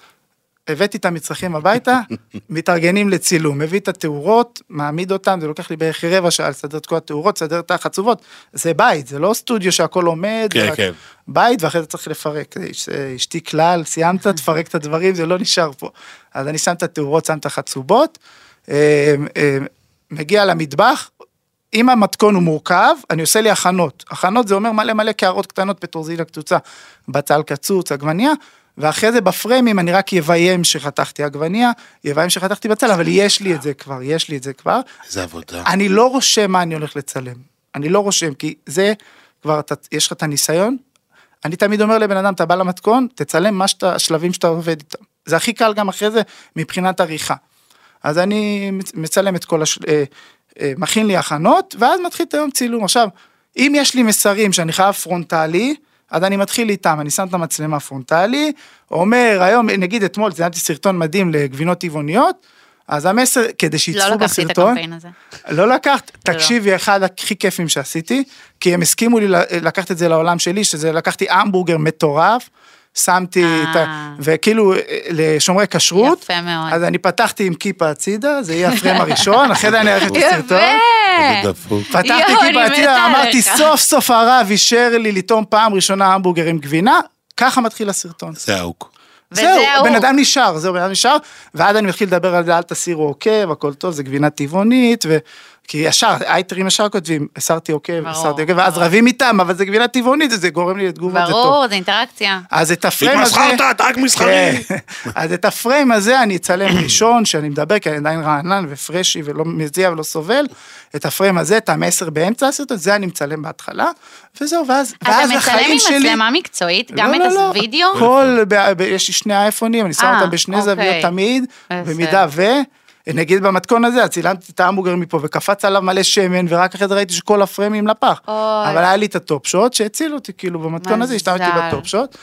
הבאתי את המצרכים הביתה, מתארגנים לצילום, מביא את התאורות, מעמיד אותם, זה לוקח לי בערך רבע שעה לסדר את כל התאורות, לסדר את החצובות, זה בית, זה לא סטודיו שהכל עומד, כן, רק כן. בית, ואחרי זה צריך לפרק, אש- אשתי כלל, סיימת, תפרק את הדברים, זה לא נשאר פה. אז אני שם את התאורות, שם את החצובות, אה, אה, מגיע למטבח, אם המתכון הוא מורכב, אני עושה לי הכנות. הכנות זה אומר מלא מלא קערות קטנות, פטרוזיליה קצוצה, בצל קצוץ, עגבניה, ואחרי זה בפריימים אני רק יביים שחתכתי עגבניה, יביים שחתכתי בצל, אבל יש לי את זה כבר, יש לי את זה כבר. איזה עבודה. אני לא רושם מה אני הולך לצלם. אני לא רושם, כי זה כבר, יש לך את הניסיון. אני תמיד אומר לבן אדם, אתה בא למתכון, תצלם מה שאתה, השלבים שאתה עובד איתם. זה הכי קל גם אחרי זה, מבחינת עריכה. אז אני מצלם את כל הש... מכין לי הכנות, ואז מתחיל את היום צילום. עכשיו, אם יש לי מסרים שאני חייב פרונטלי, אז אני מתחיל איתם, אני שם את המצלמה פרונטלי, אומר, היום, נגיד אתמול, צילמתי סרטון מדהים לגבינות טבעוניות, אז המסר, כדי שיצפו בסרטון, לא לקחתי את הקמפיין הזה. לא לקחת, תקשיבי, אחד הכי כיפים שעשיתי, כי הם הסכימו לי לקחת את זה לעולם שלי, שזה לקחתי המבורגר מטורף, שמתי את ה... וכאילו לשומרי כשרות, יפה מאוד. אז אני פתחתי עם כיפה הצידה, זה יהיה הפריים הראשון, אחרי זה אני אערך את הסרטון. פתחתי כיפה הצידה, אמרתי סוף סוף הרב אישר לי לטעום פעם ראשונה המבורגר עם גבינה, ככה מתחיל הסרטון. זה האוק. זהו, בן אדם נשאר, זהו, בן אדם נשאר, ועד אני מתחיל לדבר על זה, אל תסירו עוקב, הכל טוב, זה גבינה טבעונית, ו... כי ישר, אייטרים ישר כותבים, הסרתי עוקב, הסרתי עוקב, ואז רבים איתם, אבל זה גבינה טבעונית, זה גורם לי לתגובות, זה טוב. ברור, זה אינטראקציה. אז את הפריים הזה... מסחרת, רק מסחרי. אז את הפריים הזה אני אצלם ראשון, שאני מדבר, כי אני עדיין רענן ופרשי, ולא מזיע ולא סובל, את הפריים הזה, את המסר באמצע הסרטון, זה אני מצלם בהתחלה, וזהו, ואז החיים שלי... אתה מצלם עם מצלמה מקצועית, גם את הווידאו? כל, יש לי שני אייפונים, אני שם אותם בשני זוויות תמיד, במידה ו... נגיד במתכון הזה, צילמתי את ההמבורגר מפה, וקפץ עליו מלא שמן, ורק אחרי זה ראיתי שכל הפריימים לפח. אבל היה לי את הטופ שוט, שהצילו אותי, כאילו, במתכון הזה, השתמשתי בטופ שוט,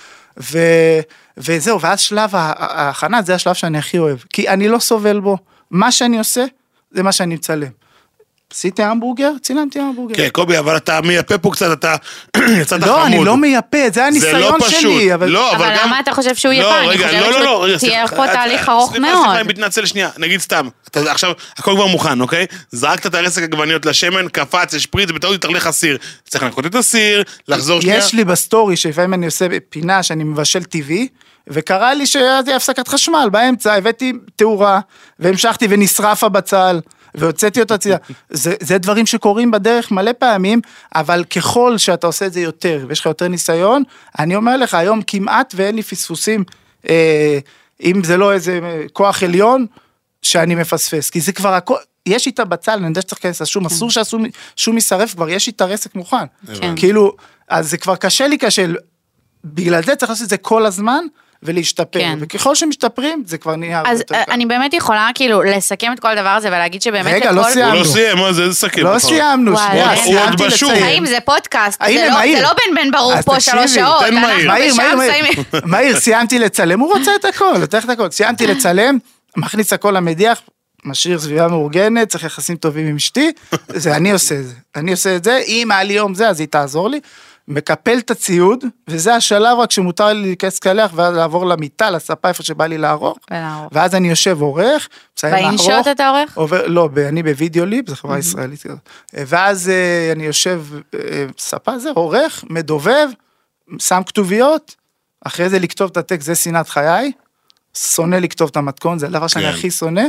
וזהו, ואז שלב ההכנה, זה השלב שאני הכי אוהב, כי אני לא סובל בו. מה שאני עושה, זה מה שאני מצלם. עשיתי המבורגר, צילמתי המבורגר. כן, קובי, אבל אתה מייפה פה קצת, אתה יצאת חמוד. לא, אני לא מייפה, זה הניסיון שלי. אבל למה אתה חושב שהוא יפה? אני חושבת שתהיה פה תהליך ארוך מאוד. סליחה, סליחה, אני מתנצל שנייה, נגיד סתם, עכשיו, הכל כבר מוכן, אוקיי? זרקת את הרסק הגווניות לשמן, קפץ, השפריץ, בטעות יתרלך הסיר. צריך לנקות את הסיר, לחזור שנייה. יש לי בסטורי, שלפעמים אני עושה פינה שאני מבשל טבעי, וקרה לי שהיה הפסקת חשמל, באמצע הבאתי תאורה, והמשכתי ונשרף הבצל, והוצאתי אותה צידה. זה, זה דברים שקורים בדרך מלא פעמים, אבל ככל שאתה עושה את זה יותר, ויש לך יותר ניסיון, אני אומר לך, היום כמעט ואין לי פספוסים, אה, אם זה לא איזה כוח עליון, שאני מפספס, כי זה כבר הכל, יש איתה בצל, אני יודע שצריך כנס, שום אסור שום ישרף, כבר יש איתה רסק מוכן. כאילו, אז זה כבר קשה לי קשה, בגלל זה צריך לעשות את זה כל הזמן, ולהשתפר, כן. וככל שמשתפרים, זה כבר נהיה הרבה יותר קל. אז אני באמת יכולה כאילו לסכם את כל הדבר הזה, ולהגיד שבאמת רגע, לא סיימנו. הוא לא סיים, מה זה לסכם? לא סיימנו, שנייה, סיימתי לציין. האם זה פודקאסט? זה לא בן בן ברור פה שלוש שעות. תן מהיר. מהיר, מהיר, מהיר, סיימתי לצלם, הוא רוצה את הכל, נותן את הכל, סיימתי לצלם, מכניס הכל למדיח, משאיר סביבה מאורגנת, צריך יחסים טובים עם אשתי, זה אני עושה את זה, אני עושה את זה, אם היה לי יום זה, אז היא תעזור לי, מקפל את הציוד, וזה השלב רק שמותר לי להיכנס קלח, ואז לעבור למיטה, לספה איפה שבא לי לערוך, ואז אני יושב עורך, באינשוט אתה עורך? לא, אני בווידאו ליפ, זו חברה ישראלית, ואז אני יושב, ספה זה, עורך, מדובב, שם כתוביות, אחרי זה לכתוב את הטקסט, זה שנאת חיי, שונא לכתוב את המתכון, זה הדבר שאני הכי שונא,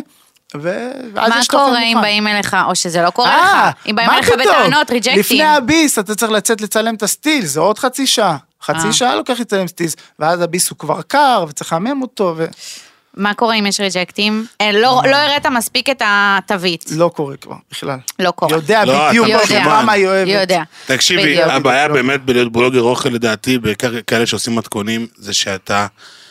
מה קורה אם באים אליך, או שזה לא קורה לך, אם באים אליך בטענות, ריג'קטים. לפני הביס, אתה צריך לצאת לצלם את הסטיל, זה עוד חצי שעה, חצי שעה לוקח לצלם סטיל, ואז הביס הוא כבר קר, וצריך להמם אותו. מה קורה אם יש ריג'קטים? לא הראת מספיק את התווית. לא קורה כבר, בכלל. לא קורה. יודע בדיוק מה היא אוהבת. יודע. תקשיבי, הבעיה באמת בלהיות בלוגר אוכל לדעתי, בעיקר כאלה שעושים מתכונים, זה שאתה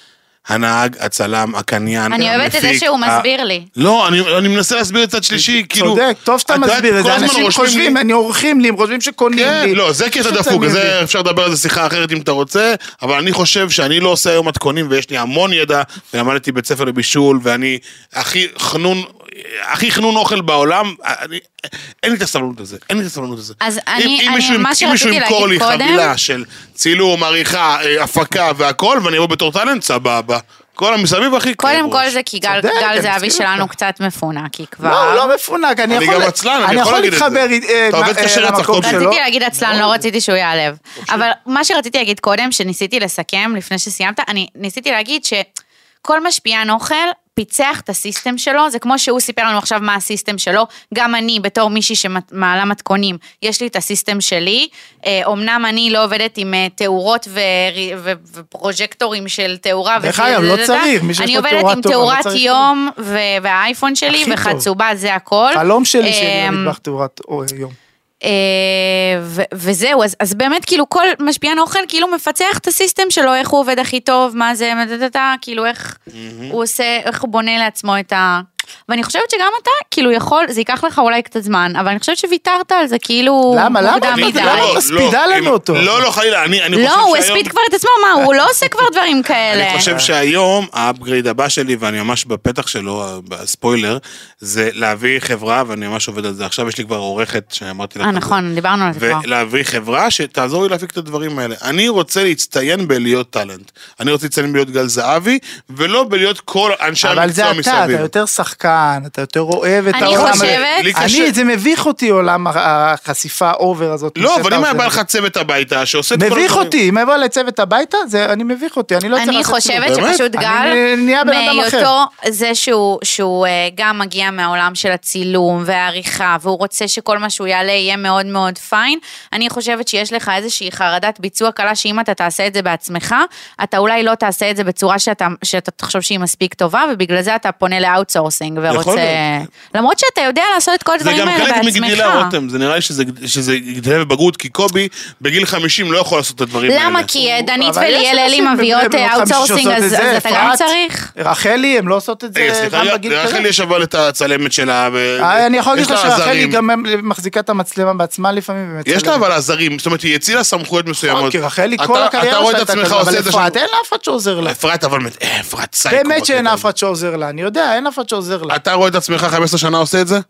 הנהג, הצלם, הקניין, אני אוהבת את זה שהוא מסביר לי. לא, אני מנסה להסביר את צד שלישי, כאילו... צודק, טוב שאתה מסביר את זה, אנשים חושבים, אני עורכים לי, הם חושבים שקונים לי. לא, זה כי אתה דפוק, זה אפשר לדבר על זה שיחה אחרת אם אתה רוצה, אבל אני חושב שאני לא עושה היום מתכונים, ויש לי המון ידע, ולמדתי בית ספר לבישול, ואני הכי חנון, הכי חנון אוכל בעולם, אין לי את הסבלנות הזה, אין לי את הסבלנות הזה. אז אני, מה שרציתי להגיד קודם... אם מישהו ימכור לי חבילה של צילום, עריכה, הפקה והכל, ואני אבוא בתור טלנט, סבבה. כל המסביב הכי קרוב. קודם כל זה כי גל זהבי שלנו קצת מפונק, כי כבר... לא, לא מפונק, אני יכול... אני גם עצלן, אני יכול להגיד את זה. אתה עובד קשה רצח קובי. רציתי להגיד עצלן, לא רציתי שהוא יעלב. אבל מה שרציתי להגיד קודם, שניסיתי לסכם לפני שסיימת, אני ניסיתי להגיד שכל משפיען אוכל, פיצח את הסיסטם שלו, זה כמו שהוא סיפר לנו עכשיו מה הסיסטם שלו, גם אני בתור מישהי שמעלה מתכונים, יש לי את הסיסטם שלי, אומנם אני לא עובדת עם תאורות ופרוג'קטורים של תאורה, דרך אגב, לא צריך, מי שיש אני לו עובדת תאורה עם טובה, תאורת לא צריך יום והאייפון שלי וחצובה, זה הכל. חלום שלי שאני מטבח תאורת יום. וזהו, אז באמת כאילו כל משפיען אוכל כאילו מפצח את הסיסטם שלו, איך הוא עובד הכי טוב, מה זה, כאילו איך הוא עושה, איך הוא בונה לעצמו את ה... ואני חושבת שגם אתה, כאילו יכול, זה ייקח לך אולי קצת זמן, אבל אני חושבת שוויתרת על זה, כאילו... למה, למה? מוקדם מדי. למה הוא מספידה לנו אותו? לא, לא, חלילה, אני חושב שהיום... לא, הוא הספיד כבר את עצמו, מה, הוא לא עושה כבר דברים כאלה. אני חושב שהיום, האפגריד הבא שלי, ואני ממש בפתח שלו, בספוילר, זה להביא חברה, ואני ממש עובד על זה. עכשיו יש לי כבר עורכת, שאמרתי לך. אה, נכון, דיברנו על זה כבר. ולהביא חברה שתעזור לי להפיק את הדברים האלה. אני רוצה להצטיין בלהיות טלנט. אני רוצה להצטיין בלהיות גל זהבי, ולא בלהיות כל אנשי המקצוע מסביב. אבל זה אתה, אתה יותר שחקן, אתה יותר אוהב את העולם. אני חושבת... אני, זה מביך אותי עולם החשיפה אובר הזאת. לא, אבל אם היה בא לך צוות הביתה, שעושה את כל הדברים... מביך אותי, אם היה בא לצוות הביתה, אני מביך אותי, אני לא צריך לעשות כלום. אני חושבת שפשוט גל, מהיותו זה שהוא גם מגיע מהעולם של הצילום והעריכה, והוא רוצה שכל מה שהוא יעלה יהיה מאוד מאוד פיין, אני חושבת שיש לך איזושהי חרדת ביצוע קלה, שאם אתה תעשה את זה בעצמך, אתה אולי לא תעשה את זה בצורה שאתה תחשוב שהיא מספיק טובה, ובגלל זה אתה פונה לאוטסורסינג ורוצה... למרות שאתה יודע לעשות את כל הדברים האלה בעצמך. זה גם חלק מגדילה, רותם, זה נראה לי שזה גדילה בבגרות, כי קובי בגיל חמישים לא יכול לעשות את הדברים האלה. למה? כי דנית וליאל אלי מביאות אאוטסורסינג, אז אתה גם צריך? רחלי, הם לא עושות את זה גם בגיל כזה? רחלי יש אבל את הצלמת שלה. אני יכול להגיד לך שרחלי גם מחזיקה את המצלמה בעצמה לפעמים. יש לה אבל עזרים, זאת אומרת, היא הצילה סמכויות מסוימות. כי רחלי כל הקריירה שלה הייתה כזה, אבל אפרת, אין לה אף אחד שעוזר לה. אפרת, אבל אפרת סייקו. באמת שאין אף אחד שעוזר לה, אני יודע, אין אף אחד שעוזר לה. אתה רואה את עצמך חמש עשרה שנה עושה את זה?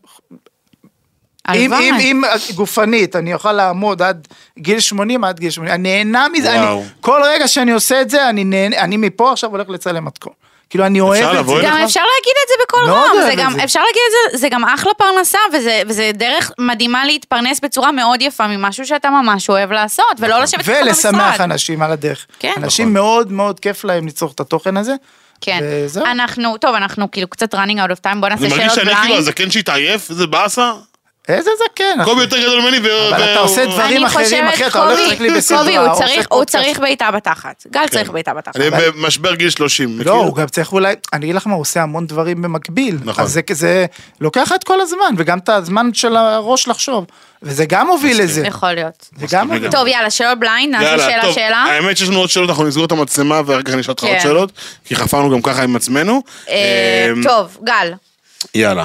אם, אם, אם גופנית, אני אוכל לעמוד עד גיל שמונים, עד גיל שמונים, אני נהנה מזה, אני, כל רגע שאני עושה את זה, אני נהנה, אני מפה עכשיו הולך לצלם מתכון. כאילו אני אוהב את זה. גם אפשר להגיד את זה בכל רם, זה גם, אפשר להגיד את זה, זה גם אחלה פרנסה, וזה, וזה דרך מדהימה להתפרנס בצורה מאוד יפה, ממשהו שאתה ממש אוהב לעשות, ולא לשבת לך במשרד. ולשמח אנשים על הדרך. אנשים מאוד מאוד כיף להם לצורך את התוכן הזה. כן, אנחנו, טוב, אנחנו כאילו קצת running out of time, בוא נעשה שאלות בליינד. אני מרגיש שאני כאילו הזקן שהתעייף, איזה באסה? איזה זקן? קובי יותר גדול ממני ו... אבל אתה עושה דברים אחרים, אחרי אתה הולך רק לי בסדרה. קובי, הוא צריך בעיטה בתחת. גל צריך בעיטה בתחת. אני במשבר גיל שלושים. לא, הוא גם צריך אולי, אני אגיד לך מה, הוא עושה המון דברים במקביל. נכון. אז זה לוקח את כל הזמן, וגם את הזמן של הראש לחשוב. וזה גם מוביל לזה. יכול להיות. זה גם מוביל. טוב, יאללה, שאלות בליינד, נעשה שאלה שאלה. האמת שיש לנו עוד שאלות, אנחנו נסגור את המצלמה, ואחר כך נשאל אותך עוד שאלות, כי חפרנו גם ככה עם עצמנו. טוב, גל. יאללה.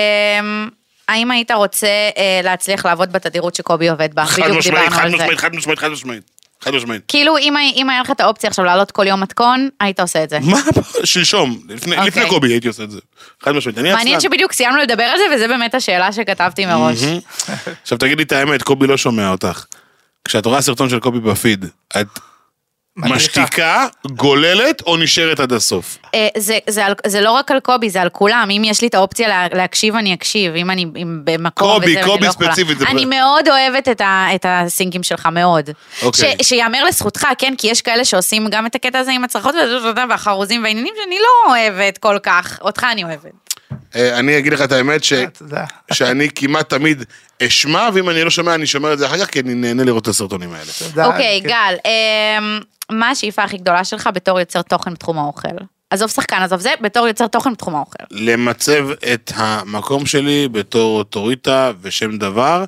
האם היית רוצה להצליח לעבוד בתדירות שקובי עובד בה? חד משמעית, חד משמעית, חד משמעית, חד משמעית. חד משמעית. כאילו, אם היה לך את האופציה עכשיו לעלות כל יום מתכון, היית עושה את זה. מה? שלשום. לפני קובי הייתי עושה את זה. חד משמעית. מעניין שבדיוק סיימנו לדבר על זה, וזה באמת השאלה שכתבתי מראש. עכשיו תגיד לי את האמת, קובי לא שומע אותך. כשאת רואה סרטון של קובי בפיד, את... משתיקה, גוללת או נשארת עד הסוף? זה לא רק על קובי, זה על כולם. אם יש לי את האופציה להקשיב, אני אקשיב. אם אני במקום וזה, קובי, קובי ספציפית. אני מאוד אוהבת את הסינקים שלך, מאוד. שיאמר לזכותך, כן? כי יש כאלה שעושים גם את הקטע הזה עם הצרחות והחרוזים והעניינים שאני לא אוהבת כל כך. אותך אני אוהבת. אני אגיד לך את האמת שאני כמעט תמיד אשמע, ואם אני לא שומע, אני שומע את זה אחר כך, כי אני נהנה לראות את הסרטונים האלה. אוקיי, גל, מה השאיפה הכי גדולה שלך בתור יוצר תוכן בתחום האוכל? עזוב שחקן, עזוב זה, בתור יוצר תוכן בתחום האוכל. למצב את המקום שלי בתור אוטוריטה ושם דבר,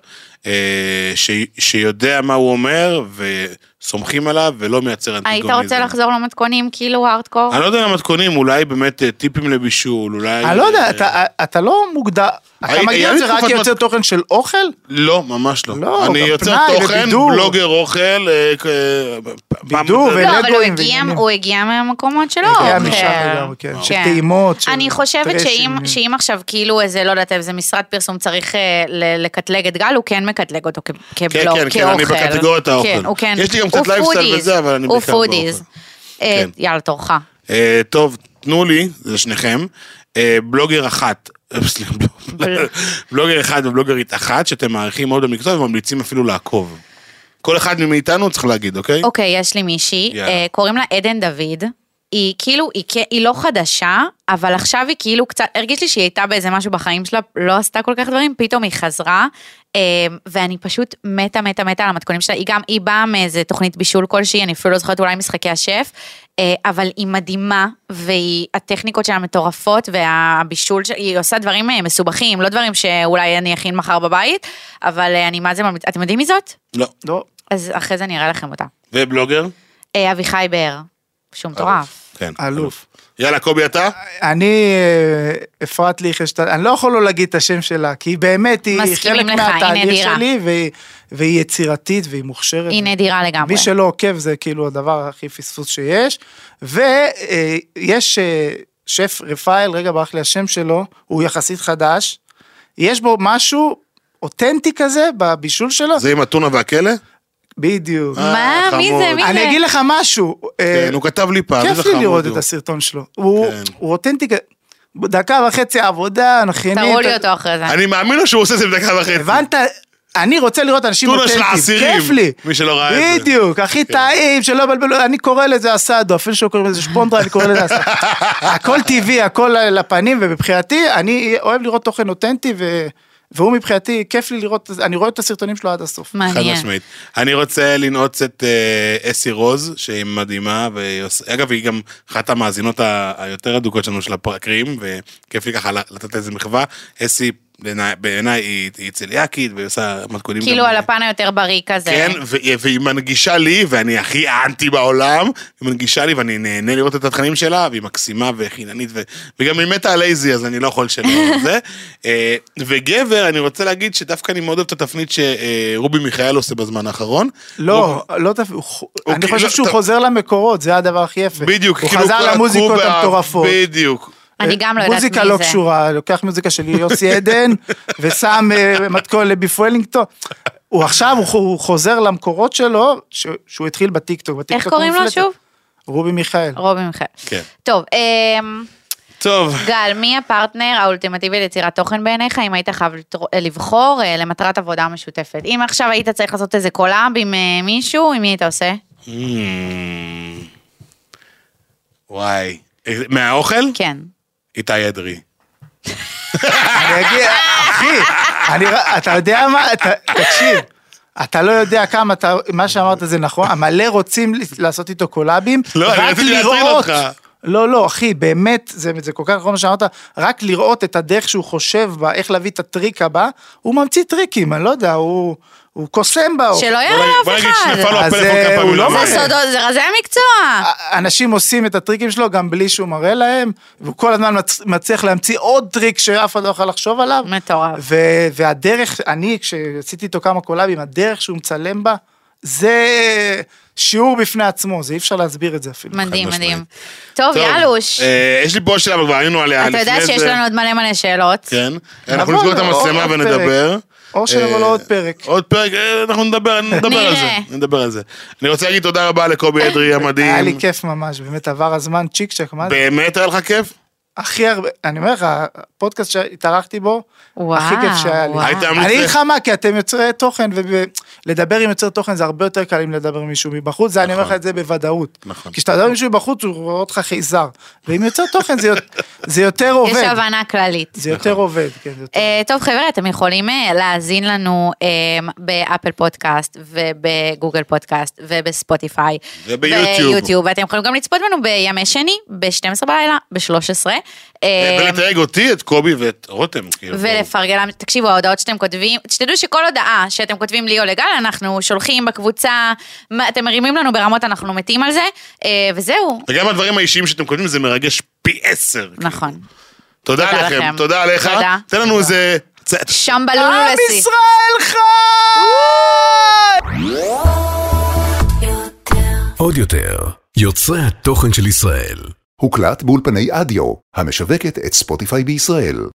שיודע מה הוא אומר, וסומכים עליו, ולא מייצר אנטיגוניזם. היית רוצה לחזור למתכונים, כאילו הארדקור? אני לא יודע למתכונים, אולי באמת טיפים לבישול, אולי... אני לא יודע, אתה לא מוגדר... אתה מגיע את זה רק יוצר תוכן של אוכל? לא, ממש לא. לא, אני יוצר תוכן, בלוגר אוכל, בידור ולגויים. הוא הגיע מהמקומות שלו. הגיע משם, של טעימות. אני חושבת שאם עכשיו כאילו איזה, לא יודעת, איזה משרד פרסום צריך לקטלג את גל, הוא כן מקטלג אותו כבלוג, כאוכל. כן, כן, אני בקטגוריית האוכל. יש לי גם קצת לייפסטייל וזה, אבל אני בעיקר באוכל. יאללה, תורך. טוב, תנו לי, זה שניכם, בלוגר אחת, בלוגר אחד ובלוגרית אחת, שאתם מעריכים מאוד במקצוע וממליצים אפילו לעקוב. כל אחד מאיתנו צריך להגיד, אוקיי? אוקיי, יש לי מישהי, קוראים לה עדן דוד, היא כאילו, היא, היא לא חדשה, אבל עכשיו היא כאילו קצת, הרגיש לי שהיא הייתה באיזה משהו בחיים שלה, לא עשתה כל כך דברים, פתאום היא חזרה, ואני פשוט מתה, מתה, מתה על המתכונים שלה, היא גם, היא באה מאיזה תוכנית בישול כלשהי, אני אפילו לא זוכרת אולי משחקי השף, אבל היא מדהימה, והטכניקות שלה מטורפות, והבישול, היא עושה דברים מסובכים, לא דברים שאולי אני אכין מחר בבית, אבל אני מה זה, אתם יודעים מי זאת? לא. לא. אז אחרי זה אני אראה לכם אותה. ובלוגר? אביחי באר, שהוא מטורף. כן. אלוף. יאללה, קובי אתה? אני, אפרת לי חשת, אני לא יכול לא להגיד את השם שלה, כי היא באמת, היא חלק מהתהליך שלי, והיא יצירתית, והיא מוכשרת. היא נדירה לגמרי. מי שלא עוקב, זה כאילו הדבר הכי פספוס שיש, ויש שף רפאל, רגע ברח לי השם שלו, הוא יחסית חדש, יש בו משהו אותנטי כזה, בבישול שלו. זה עם הטונה והכלא? בדיוק. מה? מי זה? מי זה? אני אגיד לך משהו. כן, הוא כתב לי פעם. כיף לי לראות את הסרטון שלו. הוא אותנטי, דקה וחצי עבודה, נכינים. תראו לי אותו אחרי זה. אני מאמין לו שהוא עושה את זה בדקה וחצי. הבנת? אני רוצה לראות אנשים אותנטיים. טונה של העשירים. כיף לי. מי שלא ראה את זה. בדיוק, הכי טעים, שלא בלבלו, אני קורא לזה אסדו, אפילו שהוא קורא לזה שפונדרה, אני קורא לזה אסדו. הכל טבעי, הכל לפנים, ובבחינתי, אני אוהב לראות תוכן אותנטי, ו... והוא מבחינתי, כיף לי לראות, אני רואה את הסרטונים שלו עד הסוף. מעניין. אני רוצה לנעוץ את אסי רוז, שהיא מדהימה, ואגב, היא גם אחת המאזינות היותר אדוקות שלנו של הפרקים, וכיף לי ככה לתת איזה מחווה. אסי, בעיניי, היא צליאקית, והיא עושה מתכונים. כאילו על הפן היותר בריא כזה. כן, והיא מנגישה לי, ואני הכי אנטי בעולם, היא מנגישה לי, ואני נהנה לראות את התכנים שלה, והיא מקסימה וחיננית, וגם היא מתה על איזי, אז אני לא יכול שלא זה. וגבר, אני רוצה להגיד שדווקא אני מאוד אוהב את התפנית שרובי מיכאל עושה בזמן האחרון. לא, לא תפנית, אני חושב שהוא חוזר למקורות, זה הדבר הכי יפה. בדיוק. הוא חזר למוזיקות המטורפות. בדיוק. אני גם לא יודעת מי זה. מוזיקה לא קשורה, לוקח מוזיקה של יוסי עדן, ושם מתכון לביף וולינגטון. הוא עכשיו, הוא חוזר למקורות שלו, שהוא התחיל בטיקטוק. איך קוראים לו שוב? רובי מיכאל. רובי מיכאל. כן. טוב, טוב. גל, מי הפרטנר האולטימטיבי ליצירת תוכן בעיניך, אם היית חייב לבחור למטרת עבודה משותפת? אם עכשיו היית צריך לעשות איזה קולאב עם מישהו, עם מי היית עושה? וואי. מהאוכל? כן. איתי אדרי. אני אגיד, אחי, אתה יודע מה, תקשיב, אתה לא יודע כמה, מה שאמרת זה נכון, המלא רוצים לעשות איתו קולאבים, לא, אני רציתי להטריל אותך. לא, לא, אחי, באמת, זה, זה כל כך נכון מה שאמרת, רק לראות את הדרך שהוא חושב בה, איך להביא את הטריק הבא, הוא ממציא טריקים, אני לא יודע, הוא... הוא קוסם באור. שלא יראה אף אחד. זה רזי המקצוע. אנשים עושים את הטריקים שלו גם בלי שהוא מראה להם, והוא כל הזמן מצליח להמציא עוד טריק שאף אחד לא יכול לחשוב עליו. מטורף. והדרך, אני כשעשיתי איתו כמה קולאבים, הדרך שהוא מצלם בה, זה שיעור בפני עצמו, זה אי אפשר להסביר את זה אפילו. מדהים, מדהים. טוב, יאלוש. יש לי פה שאלה, אבל כבר היינו עליה. אתה יודע שיש לנו עוד מלא מלא שאלות. כן, אנחנו נסגור את המצלמה ונדבר. או שנבוא לו עוד פרק. עוד פרק, אנחנו נדבר, נדבר על זה. נדבר על זה. אני רוצה להגיד תודה רבה לקובי אדרי המדהים. היה לי כיף ממש, באמת עבר הזמן צ'יק צ'ק, מה זה? באמת היה לך כיף? הכי הרבה, אני אומר לך, הפודקאסט שהתארחתי בו, הכי כיף שהיה לי. אני אגיד לך מה, כי אתם יוצרי תוכן, ולדבר עם יוצר תוכן זה הרבה יותר קל אם לדבר עם מישהו מבחוץ, זה אני אומר לך את זה בוודאות. כי כשאתה מדבר עם מישהו מבחוץ, הוא רואה אותך חייזר, ועם יוצר תוכן זה יותר עובד. יש הבנה כללית. זה יותר עובד, כן. טוב חבר'ה, אתם יכולים להאזין לנו באפל פודקאסט, ובגוגל פודקאסט, ובספוטיפיי, וביוטיוב, ואתם יכולים גם לצפות בנו בימי שני, ב-שתים עשרה בלילה, ב-שלוש עשרה. ולתייג אותי, את קובי ואת רותם. ולפרגן, תקשיבו, ההודעות שאתם כותבים, שתדעו שכל הודעה שאתם כותבים לי או לגל, אנחנו שולחים בקבוצה, אתם מרימים לנו ברמות, אנחנו מתים על זה, וזהו. וגם הדברים האישיים שאתם כותבים, זה מרגש פי עשר. נכון. תודה לכם, תודה עליך. תן לנו איזה... שם בלולו לסי. עם ישראל חי! עוד יותר, יוצרי התוכן של ישראל. הוקלט באולפני אדיו, המשווקת את ספוטיפיי בישראל.